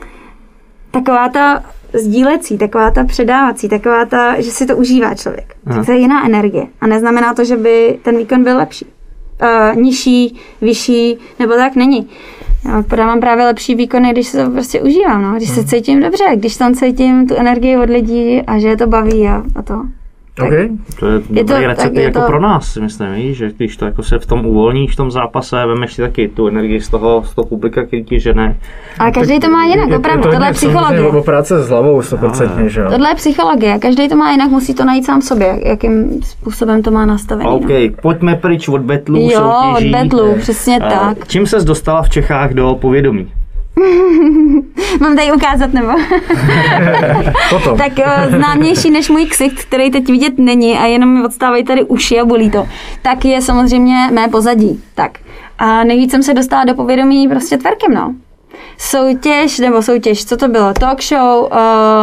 taková ta sdílecí, taková ta předávací, taková ta, že si to užívá člověk. Aha. To je jiná energie a neznamená to, že by ten výkon byl lepší. Uh, nižší, vyšší, nebo tak není. Já podávám právě lepší výkony, když se to prostě užívám, no? Když se cítím dobře, když tam cítím tu energii od lidí a že je to baví a, a to. Okay. To je, je dobrý to, recept jako to... pro nás, si myslím, že když to jako se v tom uvolníš v tom zápase, vemeš si taky tu energii z toho, z toho publika, který ti žene. A každý to má jinak, opravdu, to, tohle je psychologie. To je práce s hlavou sto procent, že jo. Tohle je psychologie, každý to má jinak, musí to najít sám sobě, jakým způsobem to má nastavený. OK, no. Pojďme pryč od betlů, jo, soutěží. Jo, od betlů, přesně uh, tak. Čím ses dostala v Čechách do povědomí? Mám tady ukázat, nebo? Tak známější než můj ksicht, který teď vidět není a jenom mi odstávají tady uši a bolí to, tak je samozřejmě mé pozadí. Tak. A nejvíc jsem se dostala do povědomí prostě twerkem, no. Soutěž, nebo soutěž, co to bylo? Talk show, uh,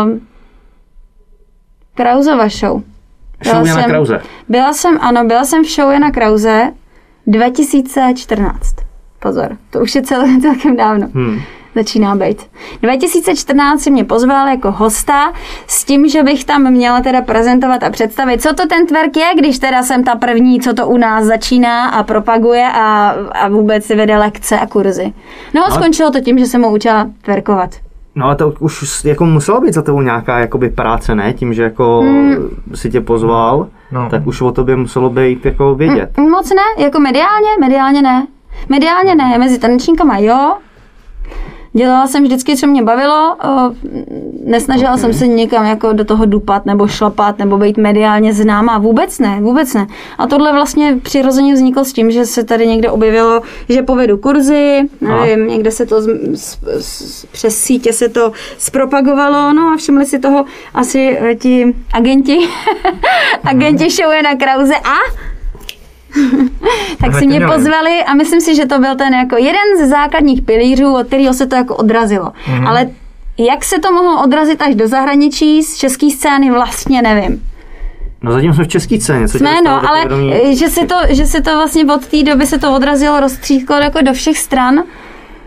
Krausova show. Byla show Jana jsem, Krause. Byla jsem, ano, byla jsem v show Jana Krause dva tisíce čtrnáct. Pozor, to už je celé, celkem dávno. Hmm. Začíná být. dva tisíce čtrnáct si mě pozval jako hosta s tím, že bych tam měla teda prezentovat a představit, co to ten twerk je, když teda jsem ta první, co to u nás začíná a propaguje a, a vůbec si vede lekce a kurzy. No a skončilo to tím, že jsem mu učila twerkovat. No ale to už jako musela být za tebou nějaká jakoby práce, ne? Tím, že jako hmm. si tě pozval, no. Tak už o tobě muselo být jako vědět. Hmm, moc ne, jako mediálně, mediálně ne. Mediálně ne, mezi tanečníkama jo. Dělala jsem vždycky, co mě bavilo, nesnažila okay. jsem se někam jako do toho dupat nebo šlapat nebo být mediálně známá, vůbec ne, vůbec ne. A tohle vlastně přirozeně vzniklo s tím, že se tady někde objevilo, že povedu kurzy, nevím, někde se to z, z, z, přes sítě se to zpropagovalo, no a všimli si toho asi ti agenti, agenti show Jana Krause a tak si mě pozvali a myslím si, že to byl ten jako jeden ze základních pilířů, od kterého se to jako odrazilo. Mm-hmm. Ale jak se to mohlo odrazit až do zahraničí, z české scény, vlastně nevím. No zatím jsme v české scéně. Co jsme, no, ale že se, to, že se to vlastně od té doby se to odrazilo, rozstříklo jako do všech stran.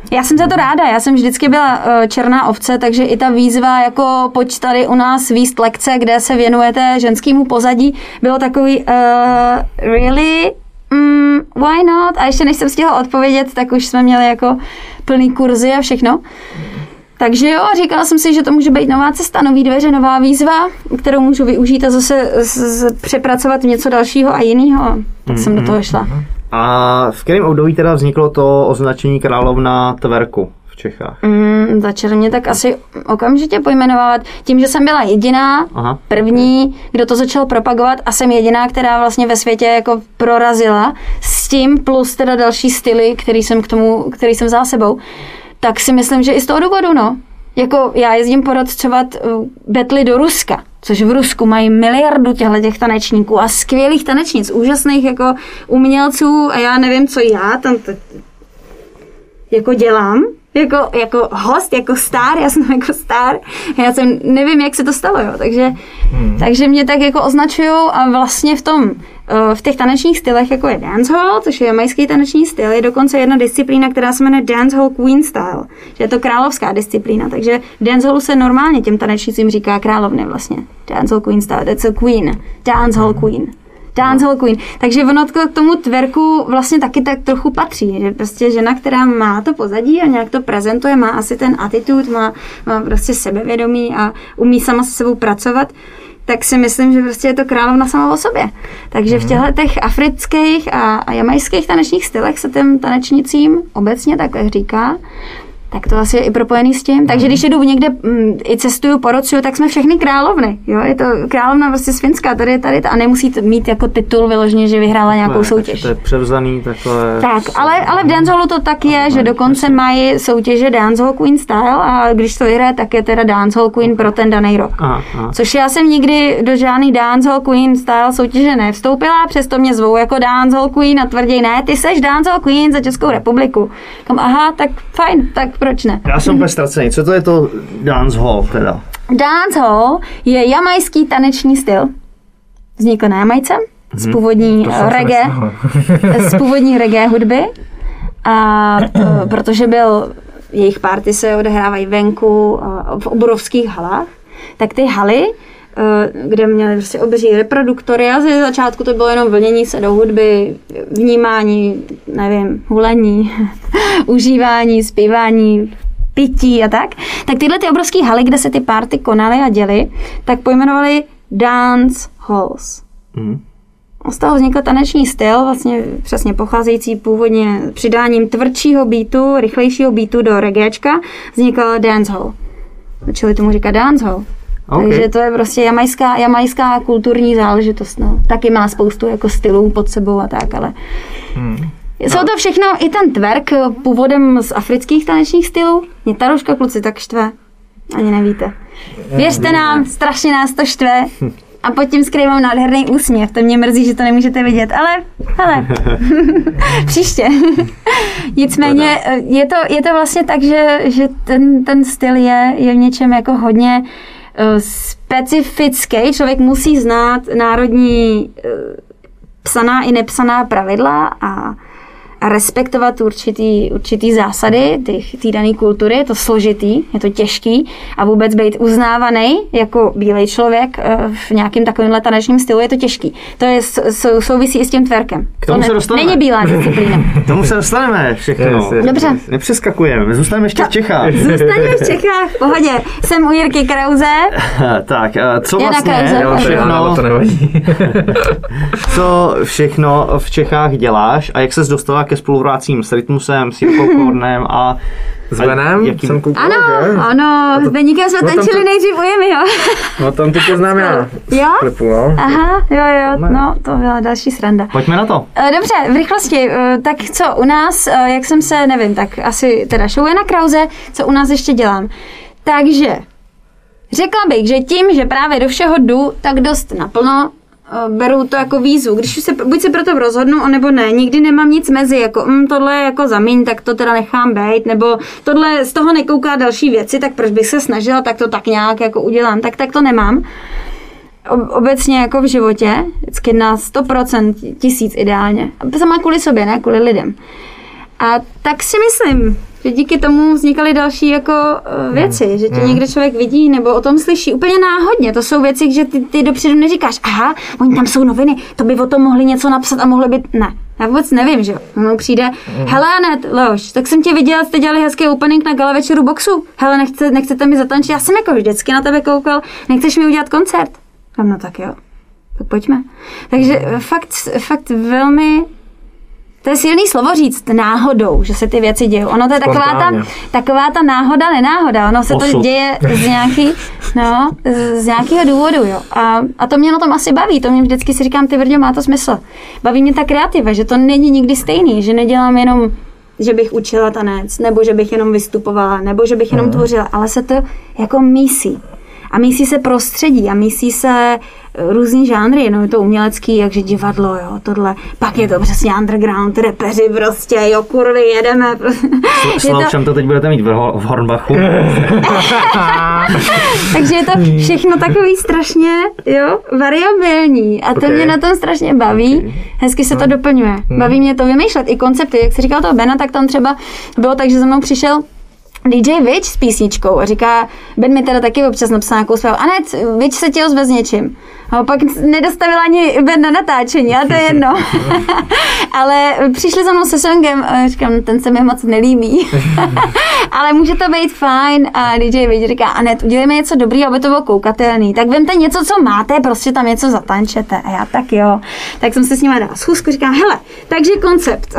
Já jsem za to ráda, já jsem vždycky byla uh, černá ovce, takže i ta výzva, jako pojď tady u nás výst lekce, kde se věnujete ženskému pozadí, bylo takový uh, really, mm, why not? A ještě než jsem stihla odpovědět, tak už jsme měli jako plný kurzy a všechno. Takže jo, říkala jsem si, že to může být nová cesta, nový dveře, nová výzva, kterou můžu využít a zase z, z, přepracovat v něco dalšího a jiného. Tak mm-hmm. jsem do toho šla. A v kterém období teda vzniklo to označení královna tverku v Čechách? Mm, začala mě tak asi okamžitě pojmenovat tím, že jsem byla jediná, Aha. první, kdo to začal propagovat a jsem jediná, která vlastně ve světě jako prorazila s tím plus teda další styly, který jsem k tomu, který jsem vzala sebou. Tak si myslím, že i z toho důvodu, no. Jako já jezdím poradcovat betly do Ruska, což v Rusku mají miliardu těchto tanečníků a skvělých tanečnic, úžasných jako umělců a já nevím, co já tam to jako dělám. Jako, jako host, jako star, já jsem jako star, já jsem, nevím, jak se to stalo, jo, takže, hmm. takže mě tak jako označujou a vlastně v tom, v těch tanečních stylech, jako je dancehall, což je jamajský taneční styl, je dokonce jedna disciplína, která se jmenuje dancehall queen style, že je to královská disciplína, takže v dancehallu se normálně těm tanečnicím říká královny vlastně, dancehall queen style, that's a queen, dancehall queen. Dancehall Queen. Takže ono k tomu twerku vlastně taky tak trochu patří, že prostě žena, která má to pozadí a nějak to prezentuje, má asi ten attitude, má, má prostě sebevědomí a umí sama se sebou pracovat, tak si myslím, že prostě je to královna sama o sobě. Takže v těchto těch afrických a, a jamajských tanečních stylech se těm tanečnicím obecně takhle říká. Tak to asi je i propojený s tím. Takže když jedu někde m, i cestuju, porodcuju, tak jsme všechny královny. Jo? Je to královna prostě z Finska, tady je tady a nemusí mít jako titul vyloženě, že vyhrála nějakou soutěž. To je převzaný takové... Tak, ale, ale v dancehallu to tak je, že dokonce mají soutěže Dancehall Queen Style a když to vyhraje, tak je teda Dancehall Queen pro ten daný rok. Aha, aha. Což já jsem nikdy do žádný Dancehall Queen Style soutěže nevstoupila, přesto mě zvou jako Dancehall Queen a tvrdí, ne, ty seš Dancehall Queen za Českou republiku. Kam, aha, tak fajn, tak proč ne? Já jsem úplně ztracený. Co to je to dancehall teda? Dancehall je jamajský taneční styl. Vznikl na Jamajce z původní hmm, reggae, z původní reggae hudby. A to, protože byl, jejich party se odehrávají venku v obrovských halách, tak ty haly, kde měli prostě obří reproduktory a ze začátku to bylo jenom vlnění se do hudby, vnímání, nevím, hulení, užívání, zpívání, pití a tak. Tak tyhle ty obrovské haly, kde se ty party konaly a děly, tak pojmenovali dance halls. Mm. Z toho vznikl taneční styl, vlastně přesně pocházející původně přidáním tvrdšího beatu, rychlejšího beatu do reggaečka, vznikl dancehall. Čili tomu říká dancehall. Okay. Takže to je prostě jamajská, jamajská kulturní záležitost. No. Taky má spoustu jako stylů pod sebou a tak, ale... Hmm. No. Jsou to všechno, i ten twerk původem z afrických tanečních stylů. Mě ta Taruška, kluci, tak štve. Ani nevíte. Věřte nám, strašně nás to štve. A pod tím skrývám nádherný úsměv. To mě mrzí, že to nemůžete vidět, ale hele, příště. Nicméně je to, je to vlastně tak, že, že ten, ten styl je, je v něčem jako hodně specifický. Člověk musí znát národní psaná i nepsaná pravidla a, a respektovat určitý, určitý zásady té dané kultury. Je to složitý, je to těžký a vůbec být uznávaný jako bílej člověk v nějakém takovémhle tanečním stylu je to těžký. To je sou, souvisí i s tím twerkem. K tomu to se ne, dostaneme. Není bílá disciplína. K tomu se dostaneme všechno. Yes, yes, Dobře. Yes. Nepřeskakujeme, zůstaneme ještě v Čechách. Zůstaneme v Čechách, v pohodě. Jsem u Jirky Krause. Tak, co Jana vlastně Krause. všechno, to nevadí. co všechno v Čechách děláš a jak ses dostala ke spoluprácím s Rytmusem, s Jirkou Kornem a s Venem jaký... jsem koukal, ano, že? ano, s Beníkem jsme tančili to... nejdřív u Jemiho. No tam ty poznám já. Jo? Klipu, no. Aha, jo, jo, no, to byla další sranda. Pojďme na to. Dobře, v rychlosti, tak co u nás, jak jsem se, nevím, tak asi teda show Jana Krause, co u nás ještě dělám. Takže řekla bych, že tím, že právě do všeho jdu, tak dost naplno, beru to jako výzvu. Když se, buď se pro to rozhodnu, anebo ne. Nikdy nemám nic mezi, jako mm, tohle je jako zamíň, tak to teda nechám bejt, nebo tohle z toho nekouká další věci, tak proč bych se snažila, tak to tak nějak jako udělám. Tak, tak to nemám. Obecně jako v životě, vždycky na sto procent tisíc ideálně. Sama kvůli sobě, ne kvůli lidem. A tak si myslím, Že díky tomu vznikaly další jako uh, věci, mm. že tě mm. někde člověk vidí nebo o tom slyší úplně náhodně. To jsou věci, že ty, ty dopředu neříkáš, aha, oni tam jsou noviny, to by o tom mohli něco napsat a mohli by... Ne, já vůbec nevím, že jo. Mnou přijde, mm. hele Anet, Leoš, tak jsem tě viděla, jste dělali hezký opening na gala večeru boxu. Hele, nechce, nechcete mi zatančit, já jsem jako vždycky na tebe koukal, nechceš mi udělat koncert? No tak jo, tak pojďme. Takže mm. fakt, fakt velmi... To je silný slovo říct náhodou, že se ty věci dějou. Ono to je taková ta, taková ta náhoda, nenáhoda. Ono se Osud. to děje z, nějaký, no, z nějakého důvodu. Jo. A, a to mě na tom asi baví. To mě vždycky si říkám, ty Vrďo, má to smysl. Baví mě ta kreativa, že to není nikdy stejný. Že nedělám jenom, že bych učila tanec, nebo že bych jenom vystupovala, nebo že bych jenom hmm. tvořila. Ale se to jako mísí. A mísí se prostředí a mísí se různý žánry, no je to umělecký, jakže divadlo, jo, tohle. Pak je to přesně underground, repeři prostě, jo, kurvy, jedeme. Slavčem to... to teď budete mít v, v Hornbachu. Takže je to všechno takový strašně, jo, variabilní a to okay. mě na tom strašně baví. Okay. Hezky se to hmm. doplňuje. Baví mě to vymýšlet, i koncepty. Jak jsi říkal toho Bena, tak tam třeba bylo tak, že za mnou přišel D J Witch s písničkou a říká, Ben mi teda taky občas napsal nějakou zpěv. Anet, Witch se ti ozve s něčím. A pak nedostavil ani Ben na natáčení, ale to je jedno. Ale přišli za mnou se songem a říkám, ten se mi moc nelíbí. Ale může to být fajn a D J Witch říká, Anet, udělejme něco dobrý, aby to bylo koukatelný. Tak vemte něco, co máte, prostě tam něco zatančete. A já tak jo. Tak jsem se s nimi dala schůzku, říkám, hele, takže koncept.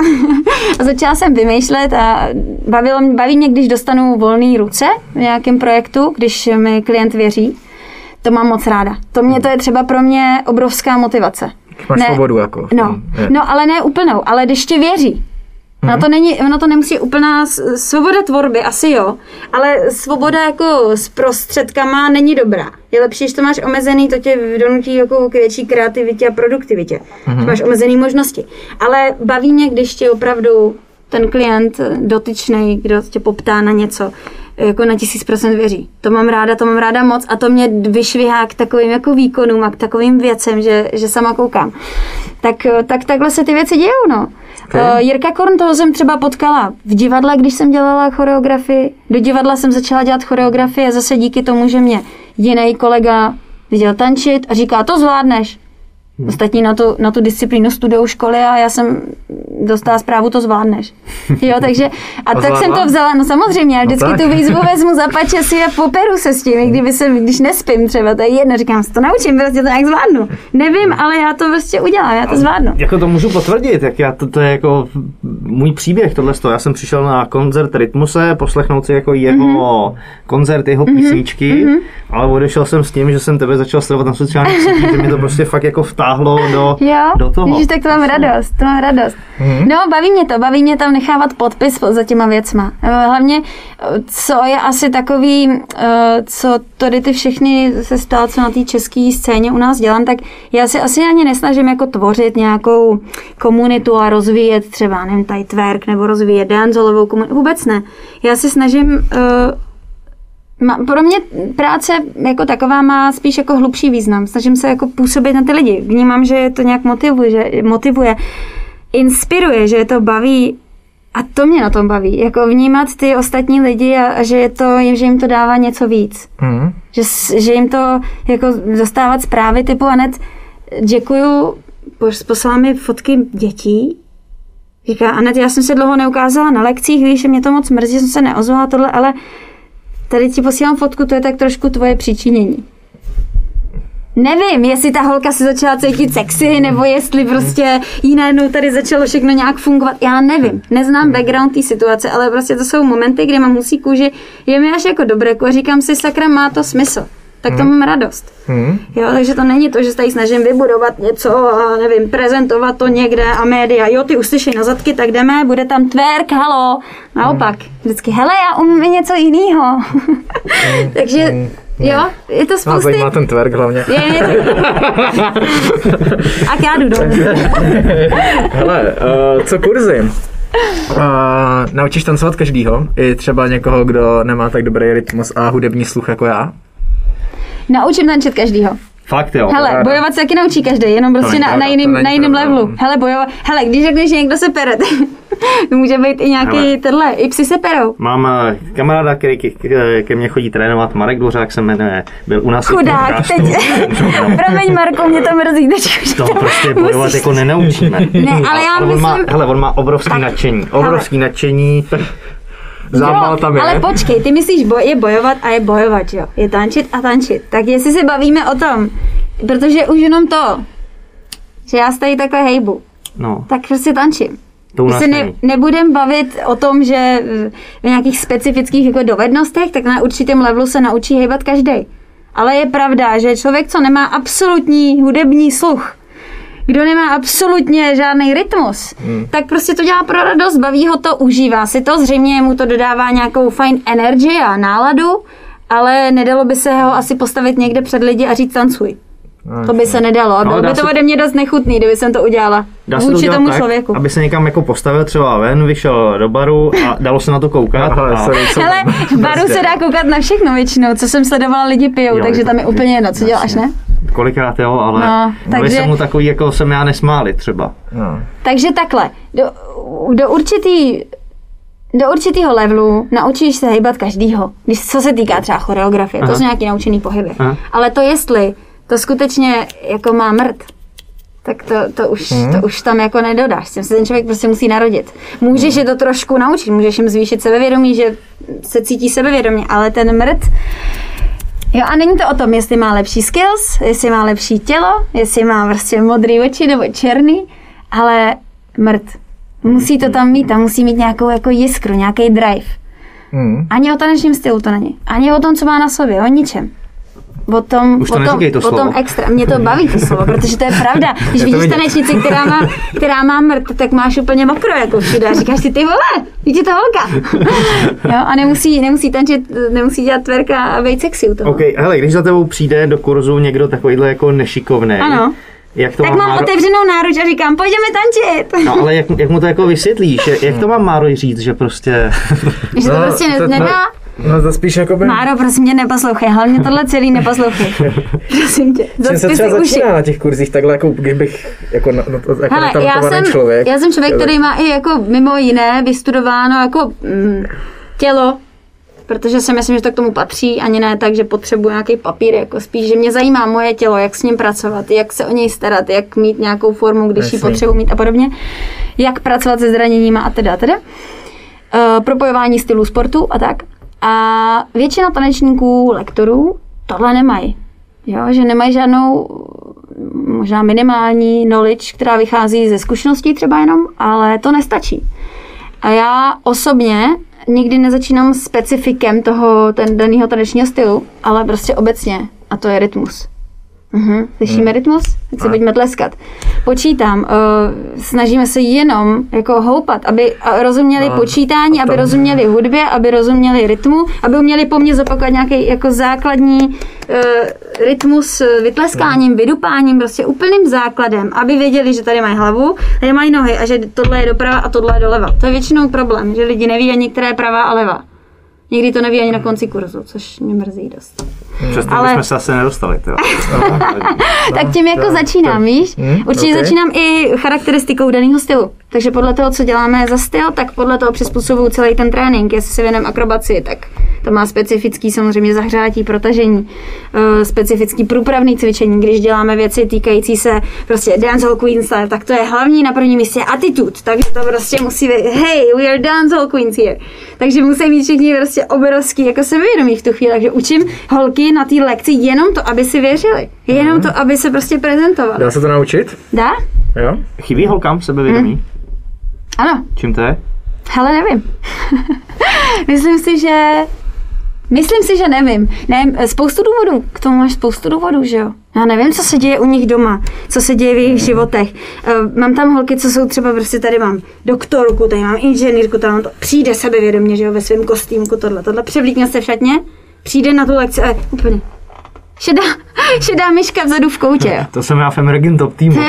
A začala jsem vymýšlet a bavilo, baví mě, když dostanu volné ruce v nějakém projektu, když mi klient věří. To mám moc ráda. To mě to je třeba pro mě obrovská motivace. Máš ne, svobodu jako. No, no, ale ne úplnou, ale když ti věří. Mm-hmm. No to není, ono to nemusí úplná svoboda tvorby, asi jo, ale svoboda jako s prostředkama není dobrá. Je lepší, když to máš omezený, to tě donutí jako k větší kreativitě a produktivitě. Mm-hmm. Máš omezený možnosti. Ale baví mě, když ti opravdu ten klient dotyčnej, kdo tě poptá na něco, jako na tisíc procent věří. To mám ráda, to mám ráda moc a to mě vyšvihá k takovým jako výkonům a k takovým věcem, že, že sama koukám. Tak, tak takhle se ty věci dějou, no. Okay. Uh, Jirka Korn, toho jsem třeba potkala v divadle, když jsem dělala choreografii. Do divadla jsem začala dělat choreografie zase díky tomu, že mě jiný kolega viděl tančit a říká, to zvládneš. Ostatní na tu, na tu disciplínu studují školy a já jsem dostala zprávu, to zvládneš. Jo, takže, a, a tak zvládla? Jsem to vzala, no samozřejmě, já vždycky no tu výzvu vezmu za pače si a poperu se s tím, kdyby se, když nespím třeba, to je jedno, říkám, si to naučím, prostě to nějak zvládnu. Nevím, ale já to prostě udělám, já to zvládnu. Jako to můžu potvrdit, jak já, to, to je jako můj příběh tohle. Já jsem přišel na koncert Rytmuse, poslechnout si jako jeho mm-hmm. koncert, jeho písničky, mm-hmm. ale odešel jsem s tím, že jsem tebe začal sledovat na sociálních sítích, že mě to prostě fakt jako vtáhlo do, jo? do toho. Ježiš, tak to mám radost, to mám radost. Mm-hmm. No, baví mě to, baví mě tam nechávat podpis za těma věcma. Hlavně, co je asi takový, co tady ty všechny se stalo, co na té české scéně u nás dělám, tak já si asi ani nesnažím jako tvořit nějakou komunitu a rozvíjet třeba, nevím, tady twerk nebo rozvíjet dancehallovou komunitu, vůbec ne. Já si snažím, pro mě práce jako taková má spíš jako hlubší význam. Snažím se jako působit na ty lidi. Vnímám, že to nějak motivuje, že motivuje, inspiruje, že je to baví a to mě na tom baví. Jako vnímat ty ostatní lidi a, a že, je to, že jim to dává něco víc. Mm. Že, že jim to jako dostávat zprávy typu Anet, děkuju, poslala mi fotky dětí. Říká, Anet, já jsem se dlouho neukázala na lekcích, víš, že mě to moc mrzí, jsem se neozvala tohle, ale tady ti posílám fotku, to je tak trošku tvoje přičinění. Nevím, jestli ta holka se začala cítit sexy, nebo jestli prostě jí najednou tady začalo všechno nějak fungovat. Já nevím, neznám background té situace, ale prostě to jsou momenty, kdy mám husí kůži, je mi až jako dobré a říkám si, sakra, má to smysl. Tak to mám radost. Jo, takže to není to, že se tady snažím vybudovat něco a nevím, prezentovat to někde a média. Jo, ty uslyšej na zadky, tak jdeme, bude tam twerk, halo. Naopak, vždycky, hele, já umím něco jiného. Takže jo, je to spousty... Má zajímá ten twerk hlavně. Je, je to... A já jdu dolů. Hele, uh, co kurzy? Uh, naučíš tancovat každýho? I třeba někoho, kdo nemá tak dobrý rytmus a hudební sluch jako já? Naučím tančit každýho. Fakt jo. Hele, bojovat se taky naučí každý, jenom prostě na, na jiném na jiném levelu. Hele, bojovat. Hele, když řekneš, že někdo se pere, Může být i nějaký ale tohle, i psi se perou. Mám kamaráda, který ke, ke mně chodí trénovat, Marek Dvořák se jmenuje, byl u nás. Chudák, teď. Promiň, Marko, mě to mrzí. Teď to prostě bojovat musíš... jako nenaučíme. Ne, ale já ale myslím... On má, hele, on má obrovský tak, nadšení, obrovský hele. nadšení. Zápal tam je. Ale počkej, ty myslíš, boj, je bojovat a je bojovat, jo? Je tančit a tančit. Tak jestli se bavíme o tom, protože už jenom to, že já tady takhle hejbu, no. tak prostě tančím. My se ne, nebudem bavit o tom, že v nějakých specifických jako dovednostech, tak na určitém levelu se naučí hejbat každý. Ale je pravda, že člověk, co nemá absolutní hudební sluch, kdo nemá absolutně žádný rytmus, hmm. tak prostě to dělá pro radost, baví ho to, užívá si to, zřejmě mu to dodává nějakou fajn energii a náladu, ale nedalo by se ho asi postavit někde před lidi a říct tancuj. Okay. To by se nedalo a bylo no, by to ode mě dost nechutný, kdyby jsem to udělala. Dá se to udělat tomu tak, člověku. Aby se někam jako postavil třeba ven, vyšel do baru a dalo se na to koukat. Hele, a... Hele v baru se dá koukat na všechno většinou, co jsem sledovala, lidi pijou, jo, takže tam je úplně jedno, co děláš, ne? Kolikrát jo, ale no, takže... se mu takový, jako jsem já nesmáli třeba. No. Takže takhle, do, do určitý do určitého levelu naučíš se hejbat každýho, když, co se týká třeba choreografie, aha. to jsou nějaký naučený pohyby. Aha. Ale to jestli to skutečně jako má mrt, tak to, to, už, hmm. to už tam jako nedodáš. S tím se ten člověk prostě musí narodit. Můžeš je to trošku naučit, můžeš jim zvýšit sebevědomí, že se cítí sebevědomě, ale ten mrt, jo, a není to o tom, jestli má lepší skills, jestli má lepší tělo, jestli má prostě modrý oči nebo černý, ale mrt. Musí to tam mít, tam musí mít nějakou jako jiskru, nějaký drive. Hmm. Ani o tanečním stylu to není. Ani o tom, co má na sobě, o ničem. O tom, Už to o tom, to o tom extra. Mě to baví to slovo, protože to je pravda. Když vidíš tanečnici, která má, která má mrt, tak máš úplně mokro jako všude a říkáš si, ty vole, vidíte to holka. Jo, a nemusí, nemusí tančit, nemusí dělat tverka a být sexy u toho. OK, hele, když za tebou přijde do kurzu někdo takovýhle jako nešikovný, ano. Jak to tak mám Máro... otevřenou náruč a říkám, pojďme tančit. No ale jak, jak mu to jako vysvětlíš, jak to má Máro říct, že prostě... Že to no, prostě to, nedá? No to spíš jako by... Máro, prosím tě, neposlouchej, hlavně tohle celý neposlouchej. Prosím tě, zaspí si uši. Se třeba začíná na těch kurzích takhle, jako kdybych jako, no, jako hele, netalentovaný člověk. Já jsem člověk, který má i jako mimo jiné vystudováno jako mm, tělo, protože si myslím, že to k tomu patří, ani ne tak, že potřebuji nějaký papír, jako spíš, že mě zajímá moje tělo, jak s ním pracovat, jak se o něj starat, jak mít nějakou formu, když ji potřebuji mít a podobně, jak pracovat se zraněníma a teda a teda. Uh, propojování stylů sportu a tak. A většina tanečníků, lektorů tohle nemají. Jo, že nemají žádnou možná minimální knowledge, která vychází ze zkušeností třeba jenom, ale to nestačí. A já osobně nikdy nezačínám specifikem toho ten daného tanečního stylu, ale prostě obecně. A to je rytmus. Uh-huh. Slyšíme hmm. rytmus? Tak se pojďme tleskat. Počítám. Uh, snažíme se jenom jako houpat, aby rozuměli no, počítání, aby rozuměli hudbě, aby rozuměli rytmu, aby uměli po mně zopakovat nějaký jako základní uh, rytmus vytleskáním, vydupáním, prostě úplným základem, aby věděli, že tady mají hlavu, tady mají nohy a že tohle je doprava a tohle je doleva. To je většinou problém, že lidi neví ani, která je pravá a levá. Někdy to neví ani na konci kurzu, což mě mrzí dost. Přesto ale... bychom se asi nedostali. Tak tím jako začínám, víš? Hmm, Určitě okay. začínám i charakteristikou daného stylu. Takže podle toho, co děláme za styl, tak podle toho přizpůsobuju celý ten trénink. Jestli se věnujeme akrobaci, tak to má specifický samozřejmě zahřátí, protažení, specifický průpravný cvičení. Když děláme věci týkající se prostě dancehall queen style, tak to je hlavní na prvním místě attitude. Takže to prostě musí být, hey, we are dancehall queens here. Takže musí mít všichni prostě obrovský jako sebevědomí v tu chvíli. Takže učím holky na té lekci jenom to, aby si věřili. Jenom to, aby se prostě prezentovali. Dá se to naučit? Dá? Jo. Chybí holkám sebevědomí? Hmm. Ano. Čím to je? Hele, nevím. Myslím si, že... Myslím si, že nevím. Ne, spoustu důvodů. K tomu máš spoustu důvodů, že jo? Já nevím, co se děje u nich doma, co se děje v jejich životech. Mám tam holky, co jsou třeba prostě tady mám doktorku, tady mám inženýrku, tady mám to. Přijde sebevědomě, že jo, ve svém kostýmku tohle. Tohle převlíkne se v šatně, přijde na tu lekci a úplně... Šedá, šedá myška vzadu v koutě. Jo. To jsem já v American Top Teamu.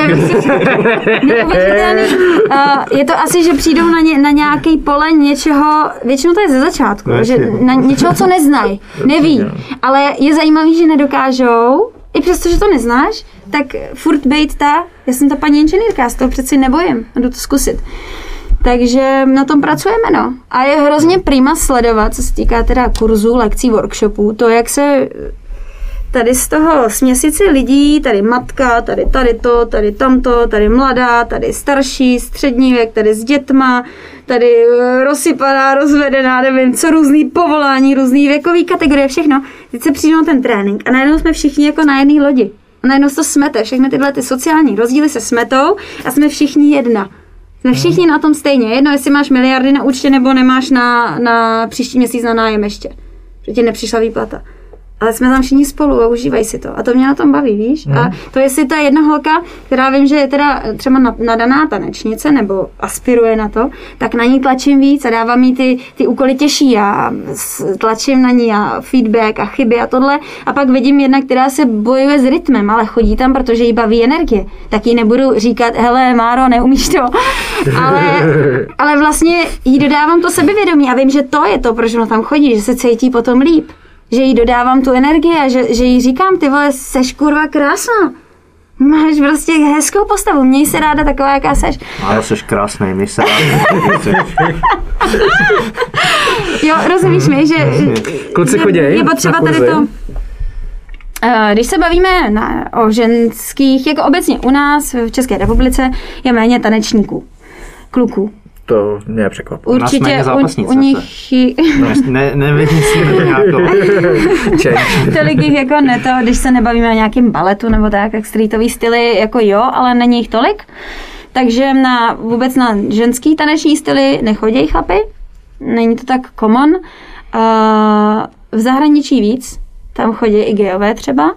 Je to asi, že přijdou na, ně, na nějaký pole něčeho, většinou to je ze začátku, no, že na něčeho, co neznají, neví, ale je zajímavý, že nedokážou, i přesto, že to neznáš, tak furt bejt ta, já jsem ta paní inženýrka, já z toho přeci nebojím, jdu to zkusit. Takže na tom pracujeme, no. A je hrozně prima sledovat, co se týká teda kurzů, lekcí, workshopů, to, jak se tady z toho směsici lidí, tady matka, tady tady to, tady tamto, tady mladá, tady starší, střední věk, tady s dětma, tady rozsypaná, rozvedená, nevím co, různý povolání, různý věkový kategorie, všechno. Teď se přijde na ten trénink a najednou jsme všichni jako na jedné lodi. A najednou se to smete, všechny tyhle ty sociální rozdíly se smetou a jsme všichni jedna. Jsme všichni na tom stejně. Jedno, jestli máš miliardy na účtě nebo nemáš na, na příští měsíc na nájem ještě. Že ti nepřišla výplata. Ale jsme tam všichni spolu a užívají si to. A to mě na tom baví, víš? Mm. A to jestli ta jedna holka, která vím, že je teda třeba nadaná tanečnice nebo aspiruje na to, tak na ní tlačím víc a dávám jí ty, ty úkoly těžší a tlačím na ní a feedback a chyby a tohle. A pak vidím jedna, která se bojuje s rytmem, ale chodí tam, protože jí baví energie. Tak jí nebudu říkat, hele Máro, neumíš to. ale, ale vlastně jí dodávám to sebevědomí a vím, že to je to, proč ona tam chodí, že se cítí potom líp. Že jí dodávám tu energii a že, že jí říkám, ty vole, seš kurva krásná. Máš prostě hezkou postavu, měj se ráda taková, jaká seš. Ale seš krásný, měj se ráda. Jo, rozumíš mi, že, Kluci že choděj, je potřeba tady to... Když se bavíme na, o ženských, jako obecně u nás v České republice je méně tanečníků, kluků. To mě překvapilo. Určitě u, u nich... Ne, nevymyslíme to nějakou. Tolik jich jako ne to, když se nebavíme o nějakém baletu nebo tak, tak streetový styly jako jo, ale není jich tolik. Takže na, vůbec na ženský taneční styly nechodějí chlapy. Není to tak common. Uh, v zahraničí víc. Tam chodí i gejové třeba.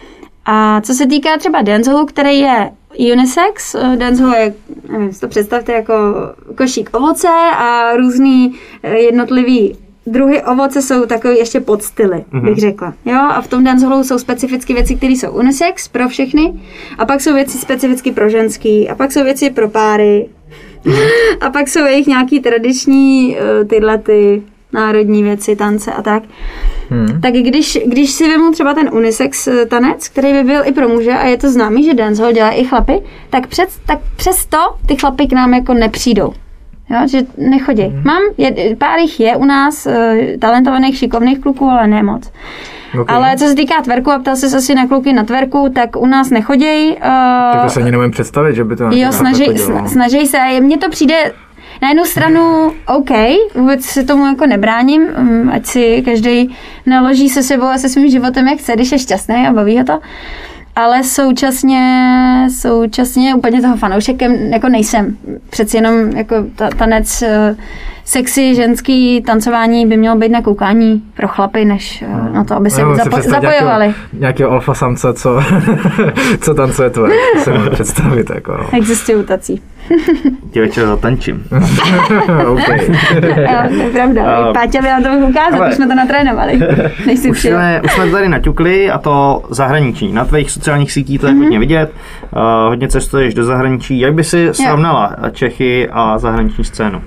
A co se týká třeba dancehallu, který je unisex, dancehall je, nevím, si to představte jako košík ovoce a různý jednotlivý druhy ovoce jsou takový ještě podstyly, mm-hmm. bych řekla. Jo? A v tom dancehallu jsou specifické věci, které jsou unisex pro všechny a pak jsou věci specificky pro ženský a pak jsou věci pro páry a pak jsou jejich nějaký tradiční tyhle ty národní věci, tance a tak. Hmm. Tak když, když si vemu třeba ten unisex tanec, který by byl i pro muže a je to známý, že dancehall dělají i chlapy, tak, před, tak přesto ty chlapy k nám jako nepřijdou. Jo, že nechodí. Hmm. Mám, je, pár jich je u nás uh, talentovaných, šikovných kluků, ale ne moc. Okay. Ale co se týká twerku, a ptal se asi na kluky na twerku, tak u nás nechodějí. Uh, tak to se ani nemůžu představit, že by to... Jo, snaží, snaží se. Mně to přijde... Na jednu stranu OK, vůbec se tomu jako nebráním, ať si každý naloží se sebou a se svým životem, jak chce, když je šťastný a baví ho to. Ale současně, současně úplně toho fanoušekem jako nejsem. Přeci jenom jako ta, tanec sexy, ženský tancování by mělo být na koukání pro chlapy, než no. na to, aby se zapo- zapojovali. Nějakého alfa samce, co, co tancuje tvoje, se můžu představit. Jako, no. Existují tací. Tě večer zatančím. Okay. Jo, to je pravda. Uh, Páťa by nám to mohl ukázat, ale... už jsme to natrénovali. Už jsme, už jsme tady naťukli a to zahraničí. Na tvých sociálních sítích to je mm-hmm. hodně vidět. Uh, hodně cestuješ do zahraničí. Jak by si srovnala jo. Čechy a zahraniční scénu?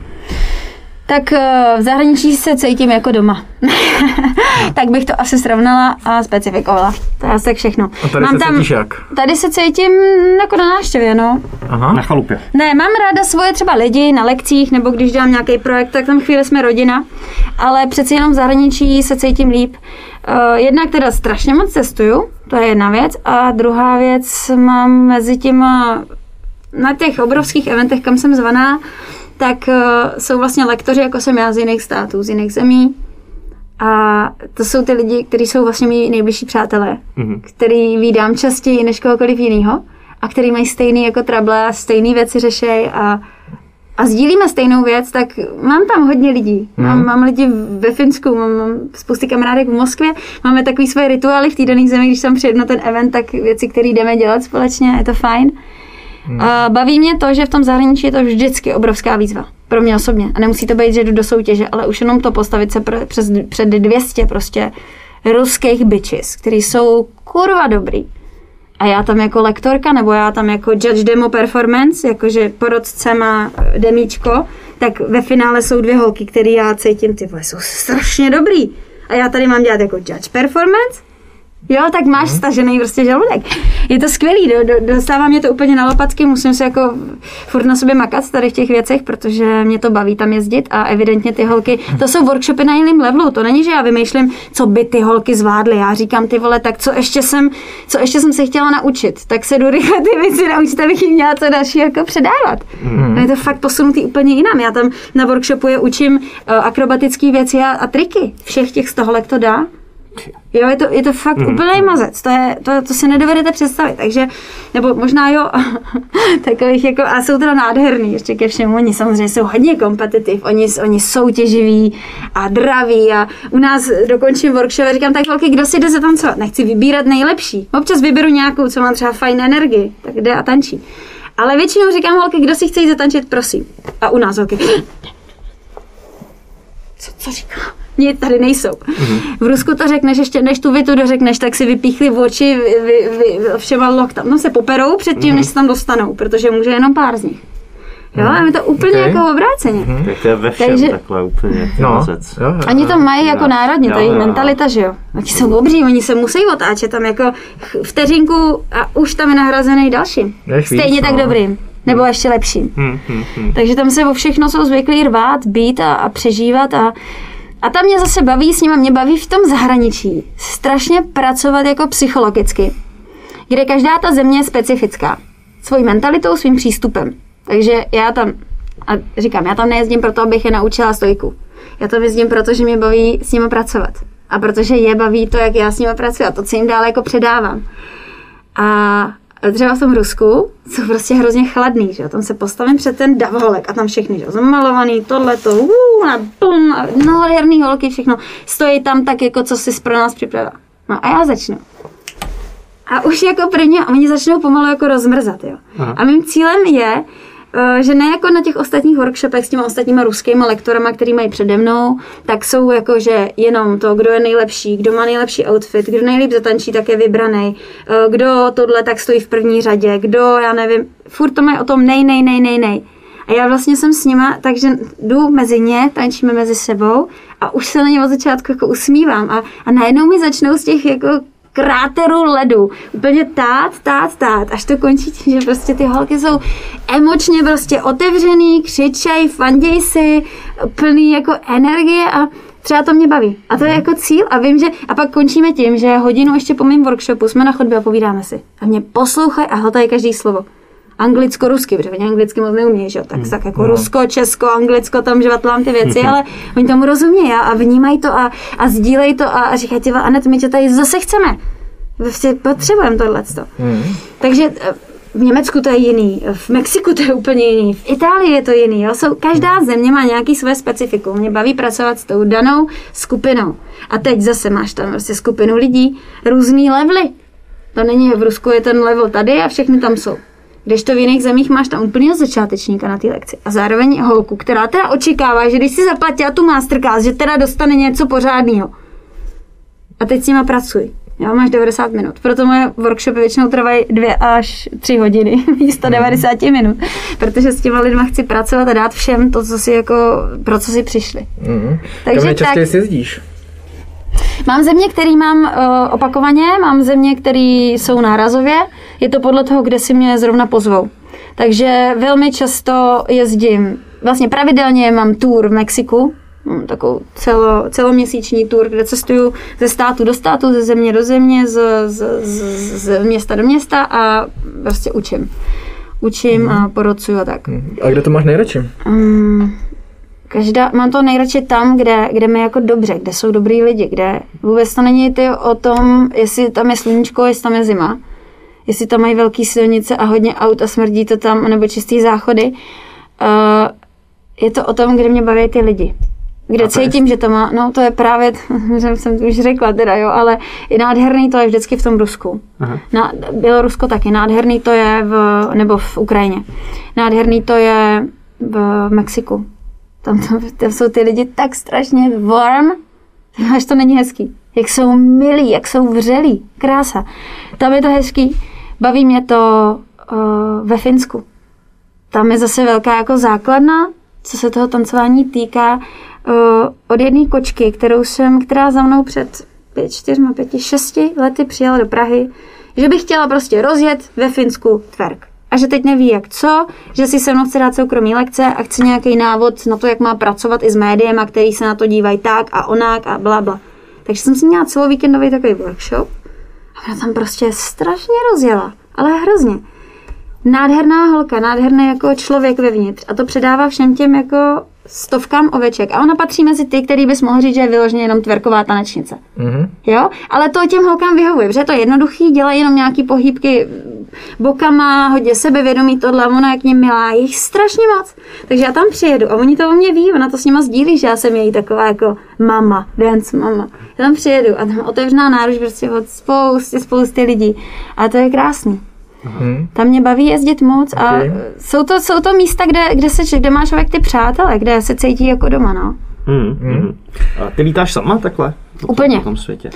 Tak v zahraničí se cítím jako doma. Tak bych to asi srovnala a specifikovala. To je asi tak všechno. A tady mám se tam, cítíš jak? Tady se cítím jako na návštěvě, no. Aha. Na chalupě. Ne, mám ráda svoje třeba lidi na lekcích, nebo když dělám nějaký projekt, tak tam chvíli jsme rodina. Ale přeci jenom v zahraničí se cítím líp. Uh, jednak teda strašně moc cestuju, to je jedna věc. A druhá věc, mám mezi těma, na těch obrovských eventech, kam jsem zvaná, tak uh, jsou vlastně lektoři, jako jsem já, z jiných států, z jiných zemí. A to jsou ty lidi, kteří jsou vlastně mý nejbližší přátelé, mm-hmm. který vídám častěji než kohokoliv jinýho a který mají stejný jako trable a stejný věci řešej a, a sdílíme stejnou věc, tak mám tam hodně lidí. Mm. Mám, mám lidi ve Finsku, mám, mám spousty kamarádek v Moskvě, máme takový svoje rituály v té dané zemi, když tam přijedu na ten event, tak věci, které jdeme dělat společně, je to fajn. Hmm. A baví mě to, že v tom zahraničí je to vždycky obrovská výzva. Pro mě osobně. A nemusí to být, že jdu do soutěže, ale už jenom to postavit se pr- přes, před dvě stě prostě ruských bitches, který jsou kurva dobrý. A já tam jako lektorka, nebo já tam jako judge demo performance, jakože porodce má demíčko, tak ve finále jsou dvě holky, které já cítím, ty vole, jsou strašně dobrý. A já tady mám dělat jako judge performance Jo, tak máš stažený prostě žaludek. Je to skvělý, do, do, dostává mě to úplně na lopatky, musím se jako furt na sobě makat tady v těch věcech, protože mě to baví tam jezdit a evidentně ty holky, to jsou workshopy na jiném levelu, to není, že já vymýšlím, co by ty holky zvládly, já říkám ty vole, tak co ještě jsem, co ještě jsem se chtěla naučit, tak se jdu rychle ty věci naučit, abych jim měla co další jako předávat. Mm. Je to fakt posunutý úplně jinam, já tam na workshopu je učím uh, akrobatické věci a, a triky, všech těch stoholek to dá. Jo, je to, je to fakt mm. úplný mazec, to, je, to, to si nedovedete představit, takže, nebo možná jo, takových jako, a jsou teda nádherný, ještě ke všemu, oni samozřejmě jsou hodně kompetitiv, oni, oni soutěživí a draví a u nás dokončím workshop a říkám, tak holky, kdo si jde zatancovat, nechci vybírat nejlepší, občas vyberu nějakou, co má třeba fajn energii, tak jde a tančí, ale většinou říkám, holky, kdo si chce jít zatančit, prosím, a u nás holky, co, co říkám? Nic tady nejsou. Mm-hmm. V Rusku to řekneš, ještě než tu větu dořekneš, tak si vypíchli v oči, vy, vy, vy, všema loktama. No se poperou předtím, mm-hmm. než se tam dostanou, protože může jenom pár z nich. Jo, mm-hmm. a je to úplně okay. jako obráceně. Mm-hmm. Tak to je ve všem Takže, takhle úplně. No, jo, jo, oni to mají jako národně, to je jejich jo. mentalita, že jo. Oni jsou dobří, oni se musí otáčet tam jako vteřinku a už tam je nahrazený dalším. Stejně víc, tak no. dobrým. Nebo ještě lepším. Hmm, hmm, hmm. Takže tam se o všechno jsou zvyklí rvát, být a, a přežívat a A tam mě zase baví s nima, mě baví v tom zahraničí strašně pracovat jako psychologicky, kde každá ta země je specifická. Svojí mentalitou, svým přístupem. Takže já tam, a říkám, já tam nejezdím proto, abych je naučila stojku. Já tam jezdím proto, že mě baví s nima pracovat. A protože je baví to, jak já s nima pracuji a to, co jim dále jako předávám. A třeba v tom Rusku jsou prostě hrozně chladný, že jo, tam se postavím před ten davolek a tam všechny, že jo, zamalovaný, tohleto, uh, a bum, a nádherný holky, všechno, stojí tam tak, jako co jsi pro nás připravila. No a já začnu. A už jako první, a oni začnou pomalu jako rozmrzat, jo. Aha. A mým cílem je, že ne jako na těch ostatních workshopech s těma ostatníma ruskýma lektorama, který mají přede mnou, tak jsou jako, že jenom to, kdo je nejlepší, kdo má nejlepší outfit, kdo nejlíp zatančí, tak je vybraný, kdo tohle tak stojí v první řadě, kdo, já nevím, furt to mají o tom nej, nej, nej, nej, nej. A já vlastně jsem s nima, takže jdu mezi ně, tančíme mezi sebou a už se na ně od začátku jako usmívám a, a najednou mi začnou z těch jako kráteru ledu. Úplně tát, tát, tát, až to končí tím, že prostě ty holky jsou emočně prostě otevřený, křičej, fanděj si, plný jako energie a třeba to mě baví. A to je jako cíl a vím, že a pak končíme tím, že hodinu ještě po mém workshopu jsme na chodbě a povídáme si. A mě poslouchají a hltají každý slovo. Anglicko-rusky, protože oni anglicky moc neumějí, že? Tak, hmm. tak jako no. Rusko, Česko, Anglicko, tam žvatlám ty věci, ale oni tomu rozumějí a vnímají to a, a sdílejí to a, a říkají, ty Anet, my tě tady zase chceme. Vlastně potřebujeme tohleto. Hmm. Takže v Německu to je jiný, v Mexiku to je úplně jiný, v Itálii je to jiný. Jo? Jsou, každá země má nějaký své specifikum. Mě baví pracovat s tou danou skupinou. A teď zase máš tam vlastně skupinu lidí, různý levely. To není, v Rusku je ten level tady a všechny tam jsou. Kdežto v jiných zemích máš tam úplného začátečníka na té lekci. A zároveň holku, která teda očekává, že když si zaplatila tu masterclass, že teda dostane něco pořádného. A teď s nima pracuj. Jo, máš devadesát minut. Proto moje workshopy většinou trvají dvě až tři hodiny, místo devadesát minut. Protože s těma lidma chci pracovat a dát všem to, co si jako, pro co si přišli. Mm. Takže kam častěji si jezdíš? Mám země, které mám uh, opakovaně, mám země, které jsou nárazově. Je to podle toho, kde si mě zrovna pozvou. Takže velmi často jezdím, vlastně pravidelně mám tour v Mexiku, mám takovou celo, celoměsíční tour, kde cestuju ze státu do státu, ze země do země, z, z, z, z města do města a prostě učím. Učím mm. a porodcuju a tak. A kde to máš nejradši? Um, Každá, mám to nejradši tam, kde, kde mi jako dobře, kde jsou dobrý lidi, kde vůbec to není ty o tom, jestli tam je sluníčko, jestli tam je zima, jestli tam mají velký silnice a hodně aut a smrdí to tam, nebo čistý záchody. Uh, je to o tom, kde mě baví ty lidi. Kde cítím, že to má, no to je právě, jsem to už řekla teda, jo, ale je nádherný to je vždycky v tom Rusku. Aha. Na, Bělorusko taky, nádherný to je v, nebo v Ukrajině. Nádherný to je v Mexiku. Tam, tam, tam jsou ty lidi tak strašně warm, až to není hezký. Jak jsou milí, jak jsou vřelí. Krása. Tam je to hezký. Baví mě to uh, ve Finsku. Tam je zase velká jako základna, co se toho tancování týká. Uh, od jedné kočky, kterou jsem, která za mnou před pět, čtyřma, pěti, šesti lety přijela do Prahy, že bych chtěla prostě rozjet ve Finsku twerk. A že teď neví jak co, že si se mnou chce dát soukromý lekce a chce nějaký návod na to, jak má pracovat i s médiema, který se na to dívají tak a onak a bla bla. Takže jsem si měla celovíkendový takový workshop a ona tam prostě strašně rozjela, ale hrozně. Nádherná holka, nádherný jako člověk vevnitř a to předává všem těm jako stovkám oveček. A ona patří mezi ty, který bys mohl říct, že je vyloženě jenom twerková tanečnice. Mm-hmm. Jo? Ale to těm holkám vyhovuje, protože to je jednoduchý, dělají jenom nějaký pohybky bokama, hodně sebevědomí tohle, ona je k nim milá, jich strašně moc. Takže já tam přijedu a oni to o mě ví, ona to s nima sdílí, že já jsem její taková jako mama, dance mama. Já tam přijedu a tam otevřená náruč prostě od spousty, spousty lidí. A to je krásný. Hmm. Tam mě baví jezdit moc a okay. jsou, to, jsou to místa, kde, kde, se, kde máš člověk ty přátele, kde se cítí jako doma, no. Hmm. Hmm. A ty lítáš sama takhle? Úplně. V tom světě.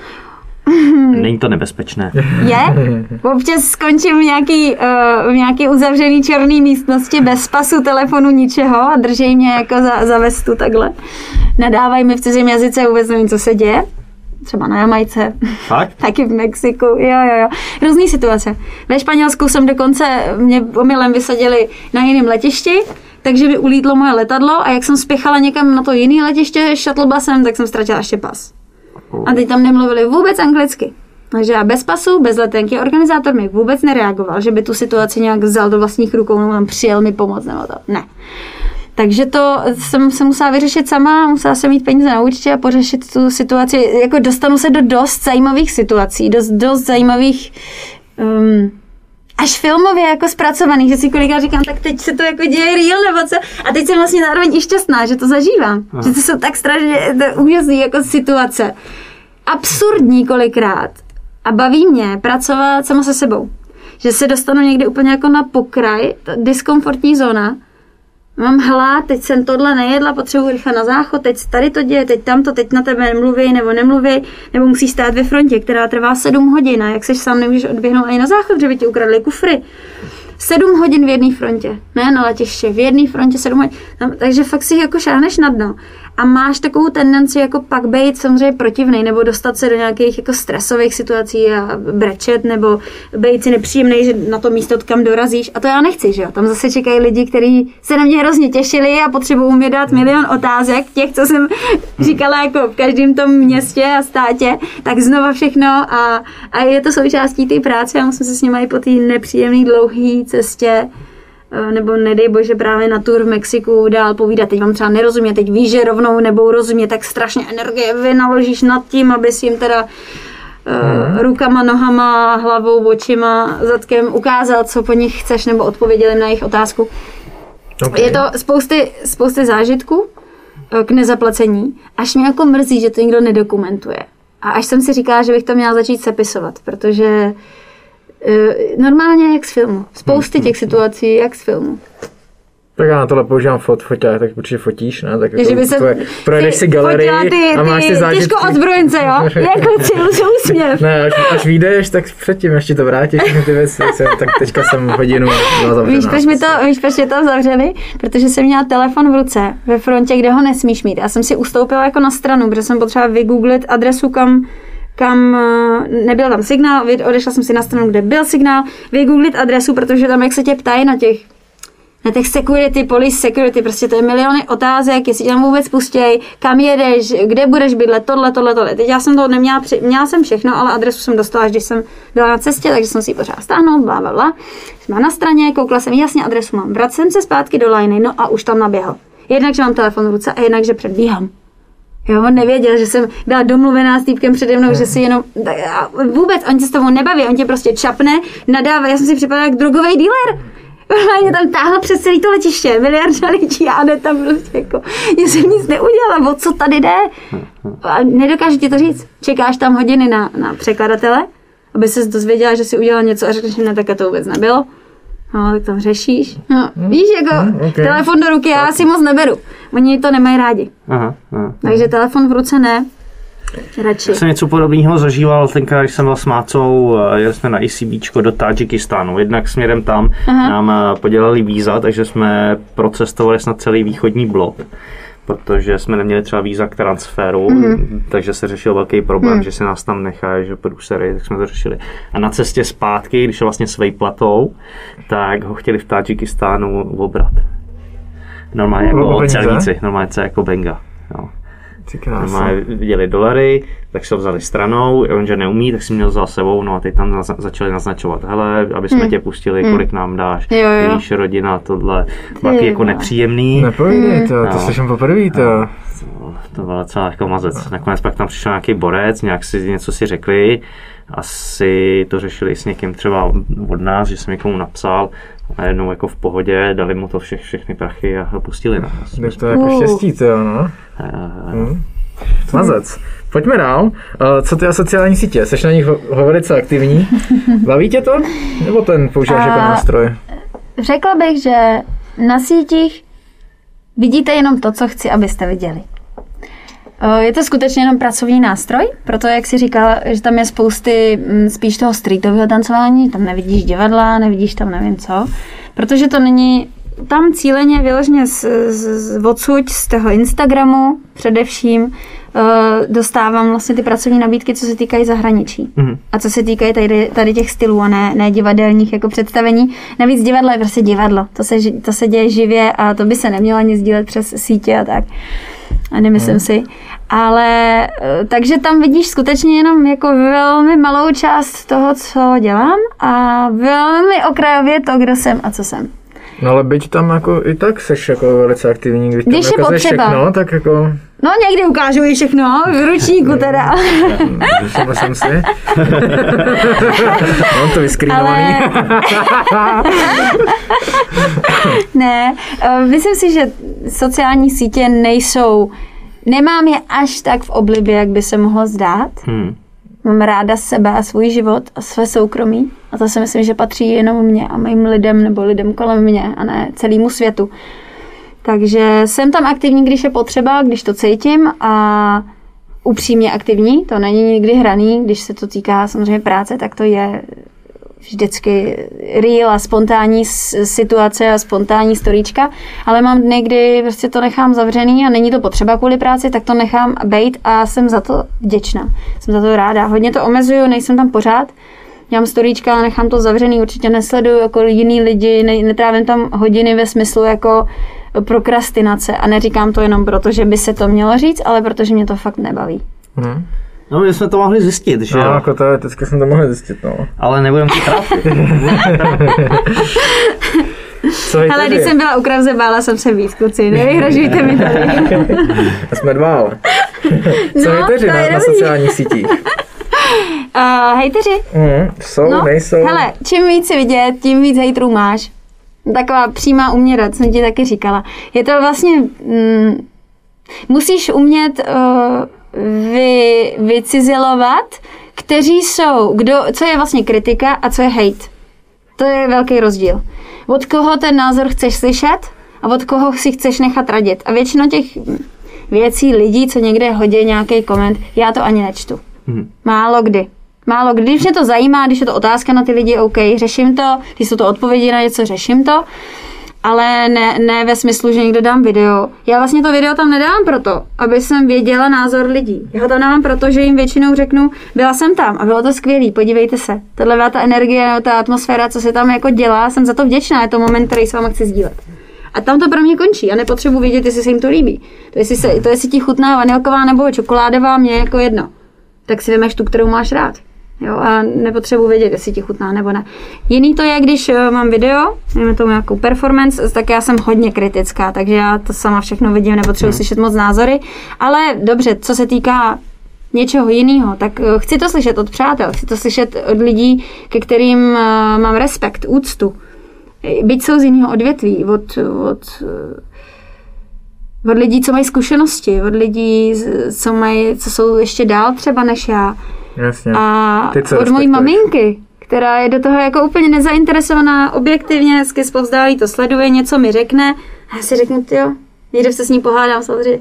Není to nebezpečné. Je? Občas skončím v nějaký, uh, v nějaký uzavřený černý místnosti bez pasu, telefonu, ničeho a držej mě jako za, za vestu takhle. Nadávají mi v cizím jazyce, vůbec nevím, co se děje. Třeba na Jamajce, taky v Mexiku, jo, jo, jo. Různý situace. Ve Španělsku jsem dokonce, mě omylem vysadili na jiném letišti, takže mi ulítlo moje letadlo a jak jsem spěchala někam na to jiné letiště shuttlebusem, tak jsem ztratila ještě pas. A teď tam nemluvili vůbec anglicky. Takže já bez pasu, bez letenky, organizátor mi vůbec nereagoval, že by tu situaci nějak vzal do vlastních rukou, nebo tam přijel mi pomoct, nebo to. Ne. Takže to jsem se musela vyřešit sama, musela jsem mít peníze na účtě a pořešit tu situaci. Jako dostanu se do dost zajímavých situací, dost, dost zajímavých, um, až filmově jako zpracovaných, že si kolikrát říkám, tak teď se to jako děje real, nebo co? A teď jsem vlastně zároveň i šťastná, že to zažívám. Aha. Že to jsou tak strašně úžasné jako situace. Absurdní kolikrát. A baví mě pracovat sama se sebou. Že se dostanu někdy úplně jako na pokraj, diskomfortní zóna. Mám hlad, teď jsem tohle nejedla, potřebuji rychle na záchod, teď tady to děje, teď tamto, teď na tebe nemluví nebo nemluví, nebo musíš stát ve frontě, která trvá sedm hodin a jak seš sám, nemůžeš odběhnout ani na záchod, že by ti ukradli kufry. Sedm hodin v jedné frontě, ne na letiště, v jedné frontě sedm hodin, tam, takže fakt si jako šáhneš na dno. A máš takovou tendenci jako pak být samozřejmě protivnej, nebo dostat se do nějakých jako stresových situací a brečet, nebo být si nepříjemnej, že na to místo, kam dorazíš. A to já nechci, že jo. Tam zase čekají lidi, kteří se na mě hrozně těšili a potřebují mi dát milion otázek, těch, co jsem říkala jako v každém tom městě a státě, tak znova všechno a, a je to součástí té práce a musím se s nimi i po té nepříjemné dlouhé cestě nebo nedej bože právě na tour v Mexiku dál povídat, teď vám třeba nerozumě, teď víš, že rovnou nebou rozumě, tak strašně energie vynaložíš nad tím, abys jim teda uh, rukama, nohama, hlavou, očima, zadkem ukázal, co po nich chceš, nebo odpověděl jim na jejich otázku. Okay. Je to spousty, spousty zážitků k nezaplacení, až mě jako mrzí, že to nikdo nedokumentuje. A až jsem si říkala, že bych to měla začít sepisovat, protože normálně jak z filmu. Spousty těch situací jak z filmu. Tak já na tohle používám fot, foťák, tak určitě fotíš, ne? Tak jako, by se tvoje, projedeš si galerii ty, ty, a máš ty zážitky. Těžko ozbrojence, jo? Jako cíl, úsměv. Ne, až, až vyjdeš, tak předtím ještě to vrátíš, ty věci, tak teďka jsem hodinu byla zavřená. Víš, proč mi to, víš, proč mě to zavřeli? Protože jsem měla telefon v ruce ve frontě, kde ho nesmíš mít. Já jsem si ustoupila jako na stranu, protože jsem potřebovala vygooglit adresu, kam kam nebyl tam signál, odešla jsem si na stranu, kde byl signál, vygooglit adresu, protože tam, jak se tě ptají na těch, na těch security, police security, prostě to je miliony otázek, jestli tě tam vůbec pustěj, kam jedeš, kde budeš bydlet, tohle, tohle, tohle. Teď já jsem to neměla, při, měla jsem všechno, ale adresu jsem dostala, až když jsem byla na cestě, takže jsem si ji potřeba stáhnout, bla, bla, bla. Jsem na straně, koukla jsem, jasně, adresu mám, vracím se zpátky do liney, no a už tam naběhl. Jednak, že mám telefon v ruce a jednak, že předbíhám. Jo, on nevěděl, že jsem byla domluvená s týpkem přede mnou, mm. že si jenom, vůbec, on se s tebou nebaví, on tě prostě čapne, nadává, já jsem si připadala jak drogový dealer. Mě tam táhla přes celé to letiště, miliarda lidí a jde tam prostě jako, já jsem nic neudělala, o co tady jde? A nedokážu ti to říct. Čekáš tam hodiny na, na překladatele, aby ses dozvěděla, že si udělala něco a řekneš, ne, tak to vůbec nebylo. No, tak tam řešíš. No, víš, jako mm, okay. Telefon do ruky já si moc neberu. Oni to nemají rádi. Aha, aha, Takže telefon v ruce ne. Radši. Já jsem něco podobného zažíval tenkrát, když jsem byl s Mácou, jeli jsme na ICBčko do Tadžikistánu. Jednak směrem tam Aha. nám podělali víza, takže jsme procestovali snad celý východní blok. protože jsme neměli třeba víza k transferu, mm. takže se řešil velký problém, mm. že se nás tam nechají, že průsery, tak jsme to řešili. A na cestě zpátky, když je vlastně s vejplatou, tak ho chtěli v Tadžikistánu obrat. Normálně jako celníci, normálně jako Benga. Jo. Normálně viděli dolary, tak se ho vzali stranou, on že neumí, tak si měl vzal sebou, no a teď tam naza- začali naznačovat, hele, aby jsme hmm. tě pustili, kolik nám dáš, jo, jo. Víš, rodina, tohle, taky jako nepříjemný. Nepovídej to, to slyším poprvé to. No, to. To bylo docela jako mazec. Nakonec pak tam přišel nějaký borec, nějak si něco si řekli, asi to řešili s někým třeba od nás, že jsem někomu napsal, a najednou jako v pohodě, dali mu to vše, všechny prachy a ho pustili na nás. Tak to je jako štěstí, to jo, no. Hmm. Mazec. Pojďme dál. Co ty a sociální sítě? Jseš na nich ho- velice aktivní. Baví tě to? Nebo ten používáš jako nástroj? Řekla bych, že na sítích vidíte jenom to, co chci, abyste viděli. Je to skutečně jenom pracovní nástroj, proto jak jsi říkala, že tam je spousty spíš toho streetového tancování, tam nevidíš divadla, nevidíš tam nevím co, protože to není tam cíleně vyloženě z, z, z odsud, z toho Instagramu především uh, dostávám vlastně ty pracovní nabídky, co se týkají zahraničí. Mm. A co se týkají tady, tady těch stylů a ne, ne divadelních jako představení. Navíc divadlo je prostě divadlo. To se, to se děje živě a to by se nemělo ani sdílet přes sítě a tak. A nemyslím mm. si. Ale takže tam vidíš skutečně jenom jako velmi malou část toho, co dělám a velmi okrajově to, kdo jsem a co jsem. No ale byť tam jako i tak seš jako velice aktivní, když, když tam ukazuješ všechno, tak jako... No někdy ukážu i všechno, v ručníku teda. Všiml jsem si. Mám to vyskrýnovaný. Ale... ne, myslím si, že sociální sítě nejsou, nemám je až tak v oblibě, jak by se mohlo zdát. Hmm. Mám ráda sebe a svůj život a své soukromí. A to si myslím, že patří jenom mně a mým lidem nebo lidem kolem mě a ne celému světu. Takže jsem tam aktivní, když je potřeba, když to cítím a upřímně aktivní. To není nikdy hraný, když se to týká samozřejmě práce, tak to je vždycky real a spontánní situace a spontánní storíčka, ale mám dny, kdy prostě to nechám zavřený a není to potřeba kvůli práci, tak to nechám bejt a jsem za to vděčná. Jsem za to ráda. Hodně to omezuju, nejsem tam pořád. Dělám storíčka, ale nechám to zavřený, určitě nesleduju jako jiný lidi, ne, netrávím tam hodiny ve smyslu jako prokrastinace a neříkám to jenom proto, že by se to mělo říct, ale protože mě to fakt nebaví. Hmm. No, my jsme to mohli zjistit, že no, jako to, teďka jsme to mohli zjistit, no. Ale nebudeme to trápit. Ale když jsem byla u Kravze, bála jsem se víc, kluci, nevyhrožujte mi tady. Jsme dva, ale. Co no, hejteři na, na sociálních sítích? Uh, hejteři? Mm, jsou, no, nejsou. Hele, čím víc si vidět, tím víc hejtrů máš. Taková přímá uměra, co jsem ti taky říkala. Je to vlastně, mm, musíš umět uh, vy, vycizelovat, kteří jsou, kdo, co je vlastně kritika a co je hejt. To je velký rozdíl. Od koho ten názor chceš slyšet a od koho si chceš nechat radit. A většina těch věcí, lidí, co někde hodí nějaký koment, já to ani nečtu. Hmm. Málo kdy. Málo kdy. Když mě to zajímá, když je to otázka na ty lidi, OK, řeším to, když jsou to odpovědi na něco, řeším to, ale ne, ne ve smyslu, že někde dám video. Já vlastně to video tam nedávám proto, aby jsem věděla názor lidí. Já ho tam dávám proto, že jim většinou řeknu, byla jsem tam a bylo to skvělý, podívejte se. Tohle ta energie, ta atmosféra, co se tam jako dělá, jsem za to vděčná, je to moment, který s váma chci sdílet. A tam to pro mě končí. Já nepotřebuji vědět, jestli se jim to líbí. To jestli, se, to jestli ti chutná vanilková nebo čokoládová, mě jako jedno. Tak si vemeš tu, kterou máš rád. Jo, a nepotřebuji vědět, jestli ti chutná nebo ne. Jiný to je, když mám video, máme tomu nějakou performance, tak já jsem hodně kritická, takže já to sama všechno vidím, nepotřebuji hmm. slyšet moc názory. Ale dobře, co se týká něčeho jiného, tak chci to slyšet od přátel, chci to slyšet od lidí, ke kterým mám respekt, úctu. Byť jsou z jiného odvětví, od, od, od lidí, co mají zkušenosti, od lidí, co, mají, co jsou ještě dál třeba než já. Jasně. A od mojí maminky, která je do toho jako úplně nezainteresovaná, objektivně, hezky zpovzdálí to sleduje, něco mi řekne a já si řeknu, jo, někde se s ní pohádám samozřejmě.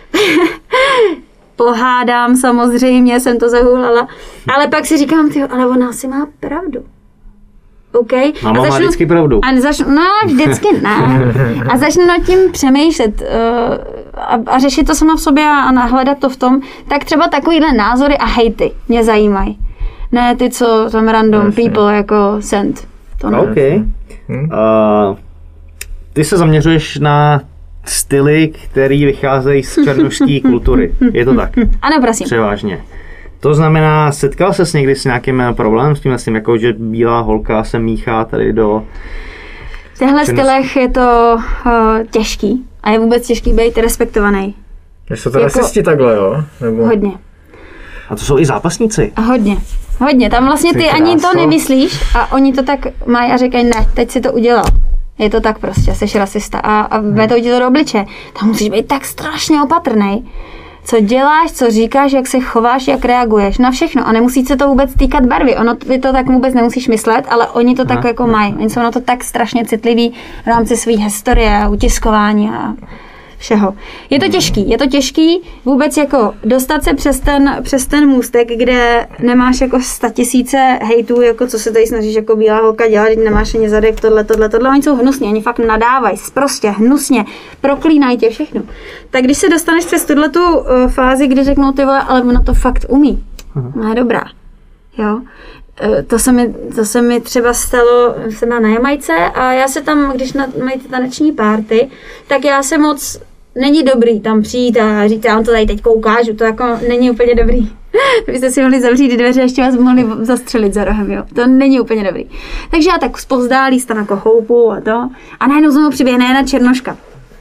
pohádám samozřejmě, jsem to zahůlala, ale pak si říkám, tyjo, ale ona asi má pravdu. OK? Máma má vždycky pravdu. A začnu, no, vždycky ne. A začnu nad tím přemýšlet uh, a, a řešit to sama v sobě a nahledat to v tom, tak třeba takovýhle názory a hejty mě zajímají. Ne ty, co tam random Jasně. people jako send. To ne. OK. Hmm. Uh, ty se zaměřuješ na styly, který vycházejí z černošské kultury. Je to tak? Ano, prosím. Převážně. To znamená, setkal ses někdy s nějakým problémem s tím, s tím jako, že bílá holka se míchá tady do... V těchto stylech je to uh, těžký a je vůbec těžký být respektovaný. Jsou to jako, rasisti takhle, jo? Nebo... Hodně. A to jsou i zápasníci. A hodně. Hodně. Tam vlastně ty ani to nemyslíš a oni to tak mají a říkají, ne, teď si to udělal. Je to tak prostě, jsi rasista a, a vetou ti to do obliče. Tam musíš být tak strašně opatrnej. Co děláš, co říkáš, jak se chováš, jak reaguješ na všechno. A nemusí se to vůbec týkat barvy. Ono, ty to tak vůbec nemusíš myslet, ale oni to tak Aha. jako mají. Oni jsou na to tak strašně citliví v rámci své historie a utiskování a všeho. Je to těžký, je to těžký vůbec jako dostat se přes ten, přes ten můstek, kde nemáš jako statisíce hejtů, jako co se tady snažíš jako bílá holka dělat, nemáš ani zadek, tohle, tohle, tohle, oni jsou hnusní, oni fakt nadávají, prostě hnusně, proklínají tě všechno. Tak když se dostaneš přes tuhletu uh, fázi, kdy řeknou ty vole, ale ona to fakt umí, no je dobrá, jo. To se, mi, to se mi třeba stalo, jsem na Jamajce a já se tam, když na, mají ty taneční párty, tak já se moc, není dobrý tam přijít a říct, já vám to tady teď koukážu, to jako není úplně dobrý. Byste si mohli zavřít dveře a ještě vás mohli zastřelit za rohem, jo. To není úplně dobrý. Takže já tak zpovzdálí tam jako houpu a to a najednou znovu přiběhne jedna černoška.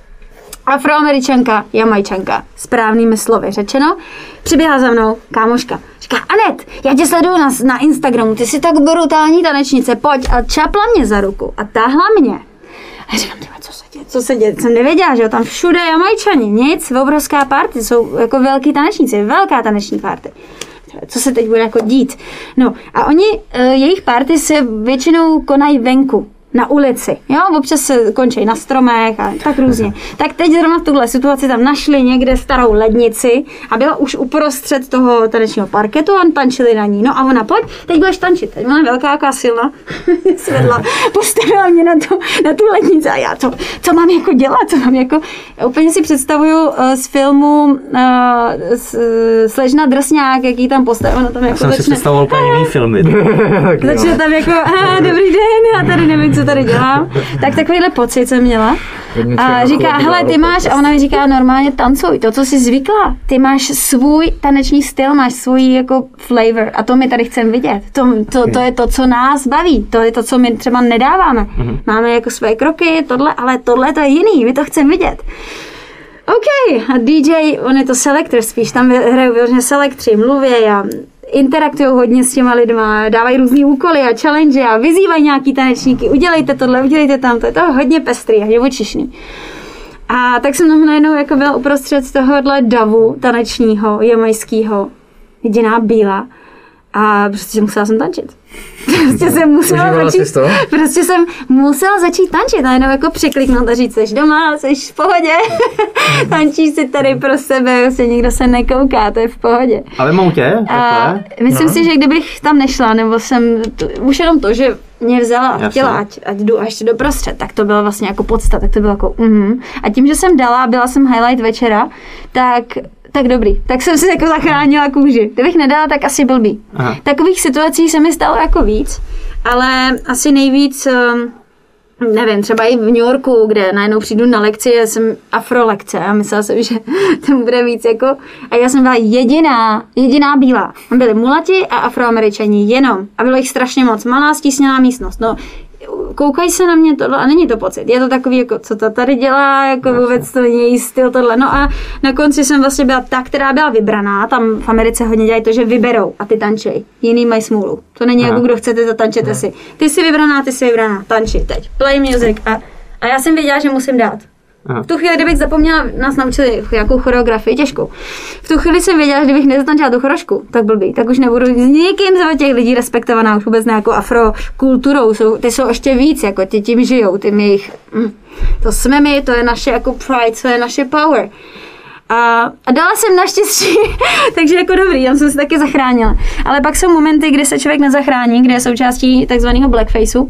Afroameričanka, Jamajčanka, správnými slovy řečeno, přiběhla za mnou kámoška. Říká, Anet, já tě sleduju na, na Instagramu, ty jsi tak brutální tanečnice, pojď. A čapla mě za ruku a táhla mě. A říkám, co se děje, co se děje, jsem nevěděla, že jo, tam všude Jamajčani, nic, obrovská party, jsou jako velký tanečníci, velká taneční party. Co se teď bude jako dít? No a oni, jejich party se většinou konají venku. Na ulici, jo, občas se končí na stromech a tak různě. Tak teď zrovna v tuhle situaci tam našli někde starou lednici a byla už uprostřed toho tanečního parketu a tančili na ní. No a ona, pojď, teď budeš tančit. Teď ona velká, jaká silná, svedla, postavila mě na tu, na tu lednici a já to, co mám jako dělat, co mám jako, já úplně si představuju uh, z filmu uh, s, Slečna Drsňák, jaký tam postavila, ona tam jako začne. Já jsem si představoval úplně jiný filmy. Začne tam jako, dobrý den, já tady nevím, co tady dělám, tak takovýhle pocit jsem měla. A říká, hele, ty máš, a ona mi říká, normálně tancuj, to, co jsi zvykla. Ty máš svůj taneční styl, máš svůj jako flavor a to my tady chceme vidět. To, to, to je to, co nás baví, to je to, co my třeba nedáváme. Máme jako své kroky, tohle, ale tohle to je jiný, my to chceme vidět. OK, a D J, on je to selektor spíš, tam hrajou vyloženě selektři, mluví a interaktují hodně s těma lidma, dávají různý úkoly a challenge a vyzývají nějaký tanečníky, udělejte tohle, udělejte tamto, je to hodně pestrý a živočišný. A tak jsem tam najednou jako byla uprostřed tohohle davu tanečního, jamajského, jediná bílá a prostě musela jsem tančit. Prostě jsem musela začít, prostě jsem musela začít tančit a jenom jako překliknout a říct, jsi doma, jsi v pohodě, tančíš si tady pro sebe, prostě nikdo se nekouká, to je v pohodě. A ve moutě? A myslím no. si, že kdybych tam nešla, nebo jsem, to, už jenom to, že mě vzala a chtěla, ať, ať jdu až doprostřed, tak to bylo vlastně jako podsta, tak to bylo jako mhm. A tím, že jsem dala, byla jsem highlight večera, tak tak dobrý, tak jsem si jako zachránila kůži. Kdybych nedala, tak asi blbý. Aha. Takových situací se mi stalo jako víc, ale asi nejvíc, nevím, třeba i v New Yorku, kde najednou přijdu na lekci, já jsem afrolekce a myslela jsem, že to bude víc jako, a já jsem byla jediná, jediná bílá. Tam byli mulati a Afroameričani jenom a bylo jich strašně moc, malá stísněná místnost, no. Koukají se na mě tohle a není to pocit. Je to takový, jako co to tady dělá, jako vůbec to není její styl tohle. No a na konci jsem vlastně byla ta, která byla vybraná. Tam v Americe hodně dělají to, že vyberou a ty tančej. Jiný mají smůlu. To není jako kdo chcete, zatančete si. Ty jsi vybraná, ty jsi vybraná. Tanči teď. Play music. A, a já jsem věděla, že musím dát. Aha. V tu chvíli, kdybych zapomněla, nás naučili nějakou choreografii, těžkou. V tu chvíli jsem věděla, že kdybych nezatančila tu chorošku, tak blbý, tak už nebudu s někým z těch lidí respektovaná, už vůbec nějakou afrokulturou, jsou, ty jsou ještě víc, jako ty tím žijou, ty jejich, mm, to jsme my, to je naše jako pride, to je naše power. A, a dala jsem naštěstí, takže jako dobrý, tam jsem se taky zachránila. Ale pak jsou momenty, kdy se člověk nezachrání, kde je součástí takzvaného blackfaceu.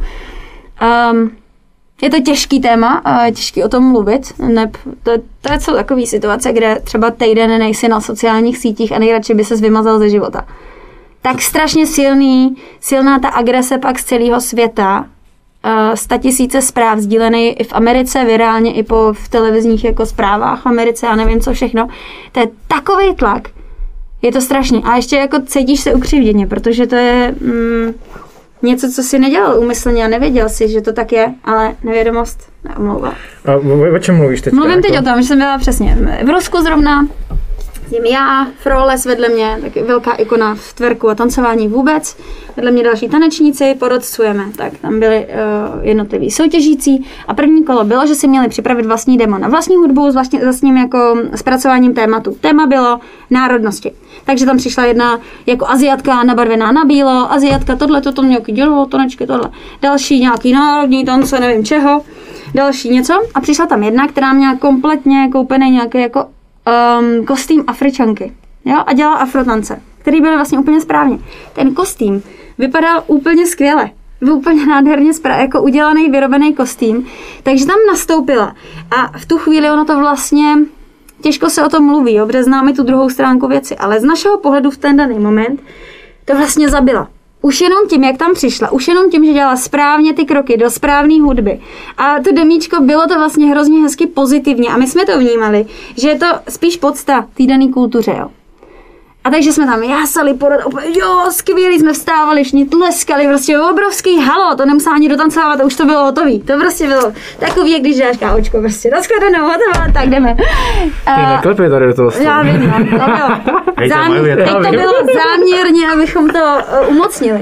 Um, je to těžký téma, a je těžký o tom mluvit. Ne, to, to jsou takové situace, kde třeba týden nejsi na sociálních sítích a nejradši by ses vymazal ze života. Tak strašně silný, silná ta agrese pak z celého světa. Uh, statisíce zpráv sdílený i v Americe, virálně i po v televizních jako zprávách v Americe a nevím co všechno. To je takovej tlak. Je to strašný. A ještě jako cítíš se ukřivděně, protože to je mm, něco, co si nedělal úmyslně a nevěděl si, že to tak je, ale nevědomost neomlouvá. A o, o čem mluvíš teď? Mluvím jako? teď o tom, že jsem byla přesně v Rusku zrovna, tím já, Froles vedle mě, taky velká ikona v twerku a tancování vůbec. Vedle mě další tanečníci, porodcujeme. Tak tam byli uh, jednotliví soutěžící a první kolo bylo, že si měli připravit vlastní demo na vlastní hudbu s vlastní, vlastním jako zpracováním tématu. Téma bylo národnosti. Takže tam přišla jedna jako Aziatka nabarvená na bílo, Aziatka tohle, toto nějaký dělo, tonečky, tohle. Další nějaký národní tance, nevím čeho. Další něco a přišla tam jedna, která měla kompletně koupený nějaký jako Um, kostým Afričanky, jo, a dělala afrotance, který byl vlastně úplně správně. Ten kostým vypadal úplně skvěle, byl úplně nádherně spra- jako udělaný, vyrobený kostým, takže tam nastoupila a v tu chvíli ono to vlastně, těžko se o tom mluví, jo, protože známe tu druhou stránku věci, ale z našeho pohledu v ten daný moment to vlastně zabila. Už jenom tím, jak tam přišla, už jenom tím, že dělala správně ty kroky do správné hudby. A to demíčko bylo to vlastně hrozně hezky pozitivně a my jsme to vnímali, že je to spíš podsta té dané kultuře, jo. A takže jsme tam jásali, porod, jo, skvělý, jsme vstávali, všichni tleskali, prostě obrovský halo, to nemusela ani dotancovat, to už to bylo hotový. To prostě bylo takový, jak když dáš kávočko, prostě nashledanou, hotová, tak jdeme. Ty neklepej tady do toho stavu. Já vím, no, to bylo. Záměr, teď to bylo záměrně, abychom to uh, umocnili.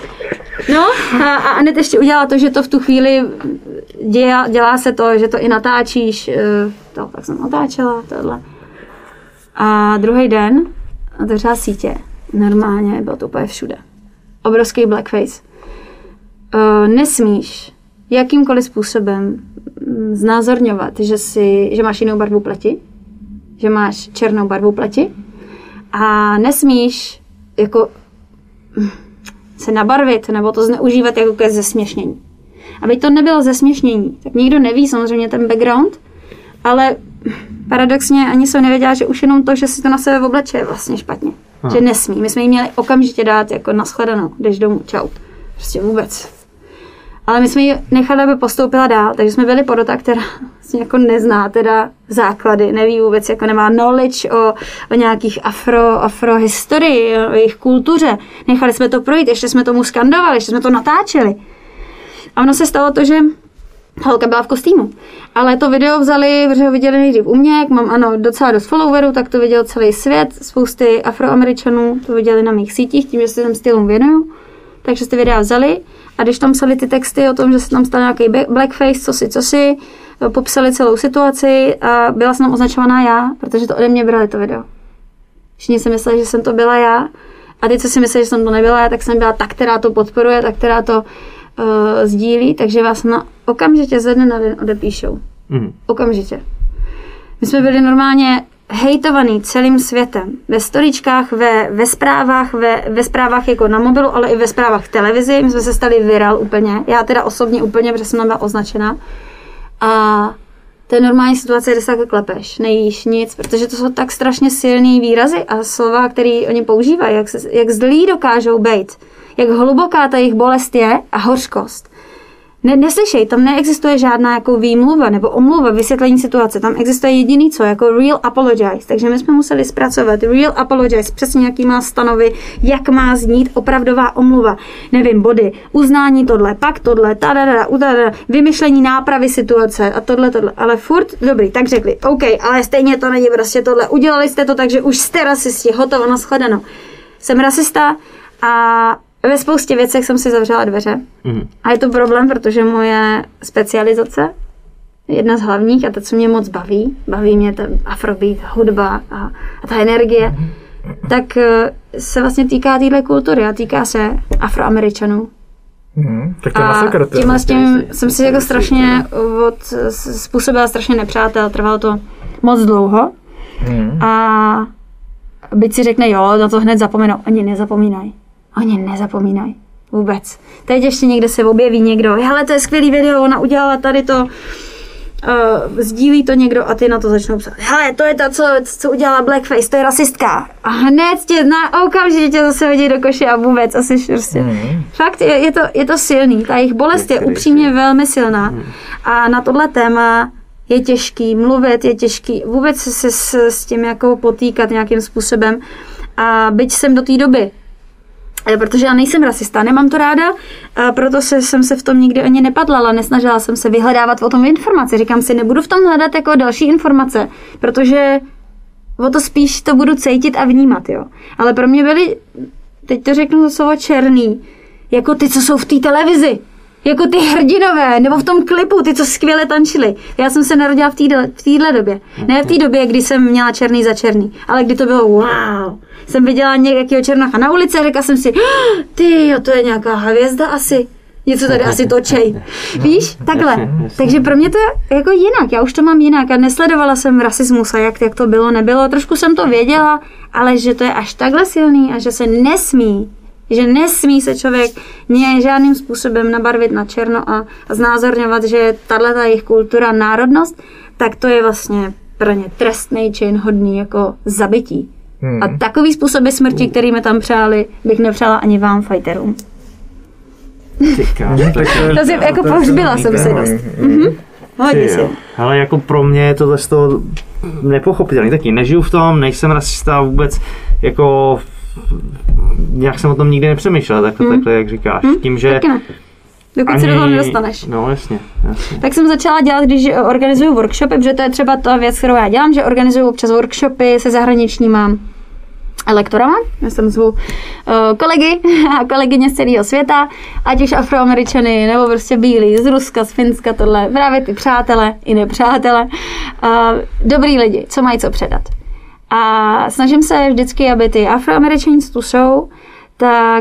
No a, a Anet ještě udělala to, že to v tu chvíli dělá, dělá se to, že to i natáčíš, uh, to tak jsem natáčela, tohle. A druhý den otevřela sítě. Normálně bylo to úplně všude. Obrovský blackface. Uh, nesmíš jakýmkoliv způsobem znázorňovat, že, si, že máš jinou barvu pleti, že máš černou barvu pleti a nesmíš jako se nabarvit nebo to zneužívat jako ke zesměšnění. Aby to nebylo zesměšnění, tak nikdo neví samozřejmě ten background, ale paradoxně ani jsem nevěděla, že už jenom to, že si to na sebe obleče je vlastně špatně. Aha. Že nesmí. My jsme jí měli okamžitě dát jako nashledanou, jdeš domů, čau. Prostě vůbec. Ale my jsme ji nechali, aby postoupila dál, takže jsme byli porota, která vlastně jako nezná teda základy, neví vůbec, jako nemá knowledge o, o nějakých afro, afrohistorii, o jejich kultuře. Nechali jsme to projít, ještě jsme tomu skandovali, ještě jsme to natáčeli. A ono se stalo to, že holka byla v kostýmu. Ale to video vzali, protože ho viděli nejdřív u mě, jak mám ano docela dost followerů, tak to viděl celý svět, spousty Afroameričanů to viděli na mých sítích, tím, že se těm stylům věnuju. Takže ty videa vzali a když tam psali ty texty o tom, že se tam stal nějaký blackface, co si, co si, popsali celou situaci a byla jsem tam označovaná já, protože to ode mě brali to video. Všichni si mysleli, že jsem to byla já a ty, co si mysleli, že jsem to nebyla já, tak jsem byla ta, která to podporuje, ta, která to uh, sdílí, takže vás na okamžitě ze dne na den odepíšou. Mm. Okamžitě. My jsme byli normálně hejtovaný celým světem. Ve storičkách, ve, ve zprávách, ve, ve zprávách jako na mobilu, ale i ve zprávách v televizi. My jsme se stali viral úplně. Já teda osobně úplně, protože jsem byla označená. A to je normální situace, kde se takhle klepeš, nejíš nic, protože to jsou tak strašně silný výrazy a slova, které oni používají, jak, se, jak zlí dokážou být, jak hluboká ta jejich bolest je a hořkost. Ne, neslyšej, tam neexistuje žádná jako výmluva nebo omluva, vysvětlení situace. Tam existuje jediný co, jako real apologize. Takže my jsme museli zpracovat real apologize, přesně jaký má stanovy, jak má znít opravdová omluva. Nevím, body, uznání tohle, pak tohle, tadadada, udadada, vymyšlení nápravy situace a tohle, tohle. Ale furt, dobrý, tak řekli, OK, ale stejně to není prostě tohle. Udělali jste to tak, že už jste rasisti, hotovo, nashledanou. Jsem rasista a ve spoustě věcech jsem si zavřela dveře. Mm. A je to problém, protože moje specializace, jedna z hlavních, a to, co mě moc baví, baví mě ta afrobeat, hudba a, a ta energie, tak se vlastně týká téhle kultury a týká se Afroameričanů. Mm, tak to a tímhle s tím jsem si jako strašně od, způsobila strašně nepřátel, trvalo to moc dlouho. Hmm. A byť si řekne, jo, na to hned zapomenou. Oni nezapomínají. Oni nezapomínají. Vůbec. Teď ještě někde se objeví někdo, hele, to je skvělý video, ona udělala tady to, uh, sdílí to někdo a ty na to začnou psát. Hele, to je ta, co, co udělala blackface, to je rasistka. A hned tě na okamžitě tě zase hodí do koše a vůbec asi prostě. Mm. Fakt, je, je, to, je to silný. Ta jejich bolest je upřímně velmi silná. Mm. A na tohle téma je těžký mluvit, je těžký vůbec se s, s tím jako potýkat nějakým způsobem. A byť jsem do té doby, protože já nejsem rasista, nemám to ráda, a proto se, jsem se v tom nikdy ani nepadlala, nesnažila jsem se vyhledávat o tom informace. Říkám si, nebudu v tom hledat jako další informace, protože o to spíš to budu cítit a vnímat, jo. Ale pro mě byly, teď to řeknu to slovo černý, jako ty, co jsou v té televizi. Jako ty hrdinové, nebo v tom klipu, ty, co skvěle tančili. Já jsem se narodila v téhle v téhle době. Ne v té době, kdy jsem měla černý za černý, ale kdy to bylo wow. Jsem viděla nějakého černocha na ulici a řekla jsem si, ty, jo, to je nějaká hvězda asi. Něco tady asi točej. Víš, takhle. Takže pro mě to je jako jinak. Já už to mám jinak a nesledovala jsem rasismus a jak, jak to bylo, nebylo. Trošku jsem to věděla, ale že to je až takhle silný a že se nesmí že nesmí se člověk mě žádným způsobem nabarvit na černo a, a znázorňovat, že tato jejich kultura, národnost, tak to je vlastně pro ně trestný čin hodný jako zabití. Hmm. A takový způsoby smrti, který mi tam přáli, bych nepřála ani vám, fighterům. To si jako pohřbila jsem si dost. Mhm. Hodně si. Ale jako pro mě je to z toho nepochopitelný. Taky nežiju v tom, nejsem rasista vůbec, jako nějak jsem o tom nikdy nepřemýšlel, takhle, hmm. takhle jak říkáš. Hmm. Tím, že taky ne. Dokud ani se do toho nedostaneš. No jasně, jasně. Tak jsem začala dělat, když organizuju workshopy, protože to je třeba ta věc, kterou já dělám, že organizuju občas workshopy se zahraničníma lektorama. Já jsem zvu uh, kolegy a kolegyně z celého světa, ať už Afroameričany, nebo prostě bílí z Ruska, z Finska, tohle, právě ty přátelé i nepřátelé. Uh, dobrý lidi, co mají co předat. A snažím se vždycky, aby ty Afroameričani, co tu jsou, tak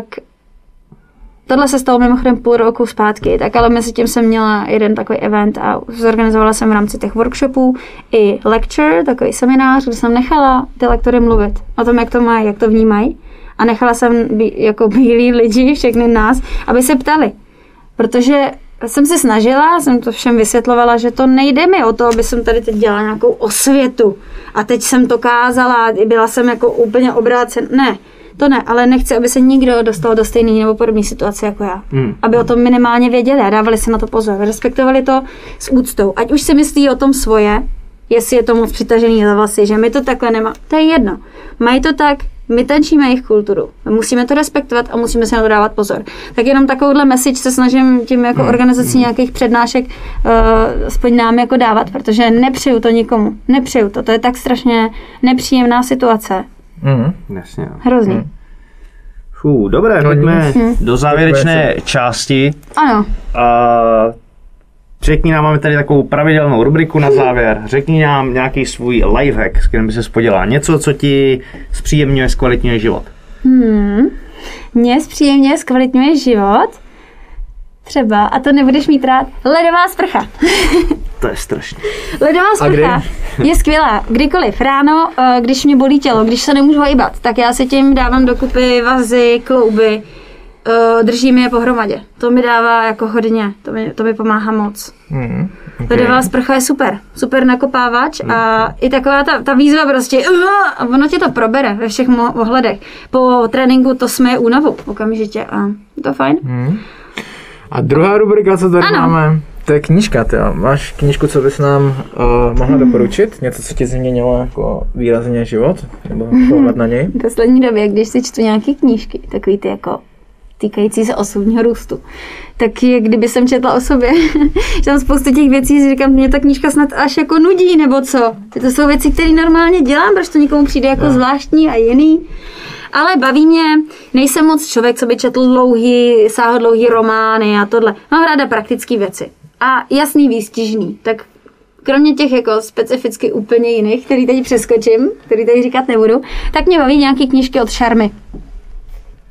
tohle se stalo mimochodem půl roku zpátky, tak ale mezi tím jsem měla jeden takový event a zorganizovala jsem v rámci těch workshopů i lecture, takový seminář, kde jsem nechala ty lektory mluvit o tom, jak to mají, jak to vnímají. A nechala jsem bí, jako bílí lidi, všechny nás, aby se ptali. Protože jsem se snažila, jsem to všem vysvětlovala, že to nejde mi o to, aby jsem tady teď dělala nějakou osvětu. A teď jsem to kázala, byla jsem jako úplně obrácen. Ne, to ne, ale nechci, aby se nikdo dostal do stejné nebo podobné situace jako já. Hmm. Aby o tom minimálně věděli a dávali si na to pozor. Respektovali to s úctou. Ať už si myslí o tom svoje, jestli je to moc přitažený za vlasy, že my to takhle nemá. To je jedno. Mají to tak, my tančíme jejich kulturu. Musíme to respektovat a musíme se na to dávat pozor. Tak jenom takovouhle message se snažím tím jako organizací nějakých přednášek uh, aspoň nám jako dávat, protože nepřeju to nikomu. Nepřeju to. To je tak strašně nepříjemná situace. Mm. Jasně. Hrozný. Mm. Fů, dobré, pojďme mm. do závěrečné části. Ano. Uh, Řekni nám, máme tady takovou pravidelnou rubriku na závěr. Řekni nám nějaký svůj lifehack, s kterým by se podělala. Něco, co ti zpříjemňuje, zkvalitňuje život. Hmm. Mně zpříjemňuje, zkvalitňuje život? Třeba, a to nebudeš mít rád, ledová sprcha. To je strašný. Ledová sprcha je skvělá. Kdykoliv. Ráno, když mě bolí tělo, když se nemůžu hýbat, tak já si tím dávám dokupy vazy, klouby, držím je pohromadě. To mi dává jako hodně, to mi, to mi pomáhá moc. Mm, okay. Ledová sprcha je super, super nakopávač mm. a i taková ta, ta výzva prostě, uh, a ono tě to probere ve všech ohledech. Po tréninku to směje únavu okamžitě a je to fajn. Mm. A druhá rubrika, co tady ano. máme, to je knížka. Ty. Máš knížku, co bys nám uh, mohla mm. doporučit? Něco, co ti změnilo jako výrazně život? Nebo pohled na něj? V poslední době, když si čtu nějaké knížky, takový ty jako týkající se osobního růstu. Tak je, kdyby jsem četla o sobě, že tam spoustu těch věcí, si říkám, mě ta knížka snad až jako nudí, nebo co. To jsou věci, které normálně dělám, protože to někomu přijde jako no. zvláštní a jiný. Ale baví mě, nejsem moc člověk, co by četl dlouhý, sáhodlouhý romány a tohle. Mám ráda praktické věci. A jasný, výstižný. Tak kromě těch jako specificky úplně jiných, který teď přeskočím, který tady říkat nebudu, tak mě baví nějaké knížky od Šarmy.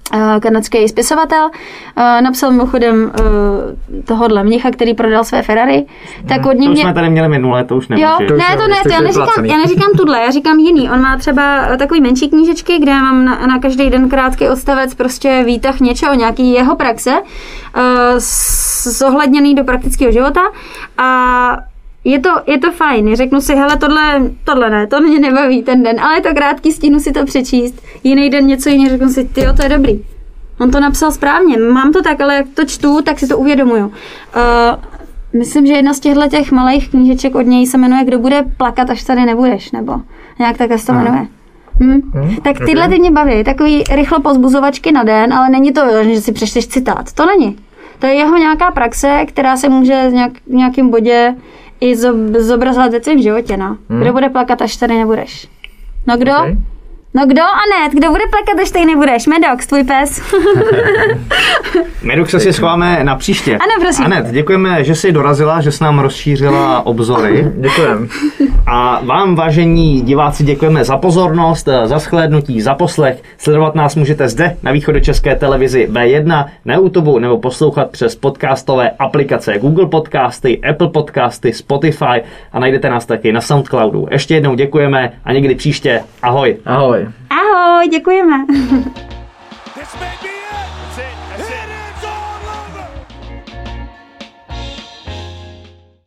kanadský spisovatel, napsal mimochodem tohohle mnicha, který prodal své Ferrari, tak od něj To už mě... jsme tady měli minule, to už nemůže. Jo, ne, to ne, to já neříkám, já neříkám tuhle, já říkám jiný. On má třeba takový menší knížečky, kde mám na, na každý den krátký odstavec prostě výtah něčeho, nějaký jeho praxe, zohledněný do praktického života a Je to, je to fajn, řeknu si, hele, tohle, tohle ne, to mě nebaví ten den, ale je to krátký, stihnu si to přečíst, jiný den něco jiného, řeknu si, tyjo, to je dobrý. On to napsal správně, mám to tak, ale jak to čtu, tak si to uvědomuju. Uh, myslím, že jedna z těchto těch malých knížeček od něj se jmenuje Kdo bude plakat, až tady nebudeš, nebo nějak takhle se to jmenuje. Hm? Hmm, tak tyhle ty mě baví, takový rychlo pozbuzovačky na den, ale není to, že si přečteš citát, to není. To je jeho nějaká praxe, která se může nějak, v nějakém bodě i zobrazovat ve tvém životě, no. Hmm. Kdo bude plakat, až tady nebudeš? No kdo? Okay. No kdo, Anet? Kdo bude plakat, až tady nebudeš? Medox, tvůj pes. Medox se si schováme na příště. Ano, prosím. Anet, děkujeme, že jsi dorazila, že jsi nám rozšířila obzory. Děkujem. A vám, vážení diváci, děkujeme za pozornost, za shlédnutí, za poslech. Sledovat nás můžete zde na východočeské televizi V jedna, na YouTube nebo poslouchat přes podcastové aplikace Google Podcasty, Apple Podcasty, Spotify a najdete nás taky na Soundcloudu. Ještě jednou děkujeme a někdy příště. Ahoj. Ahoj. Ahoj, děkujeme.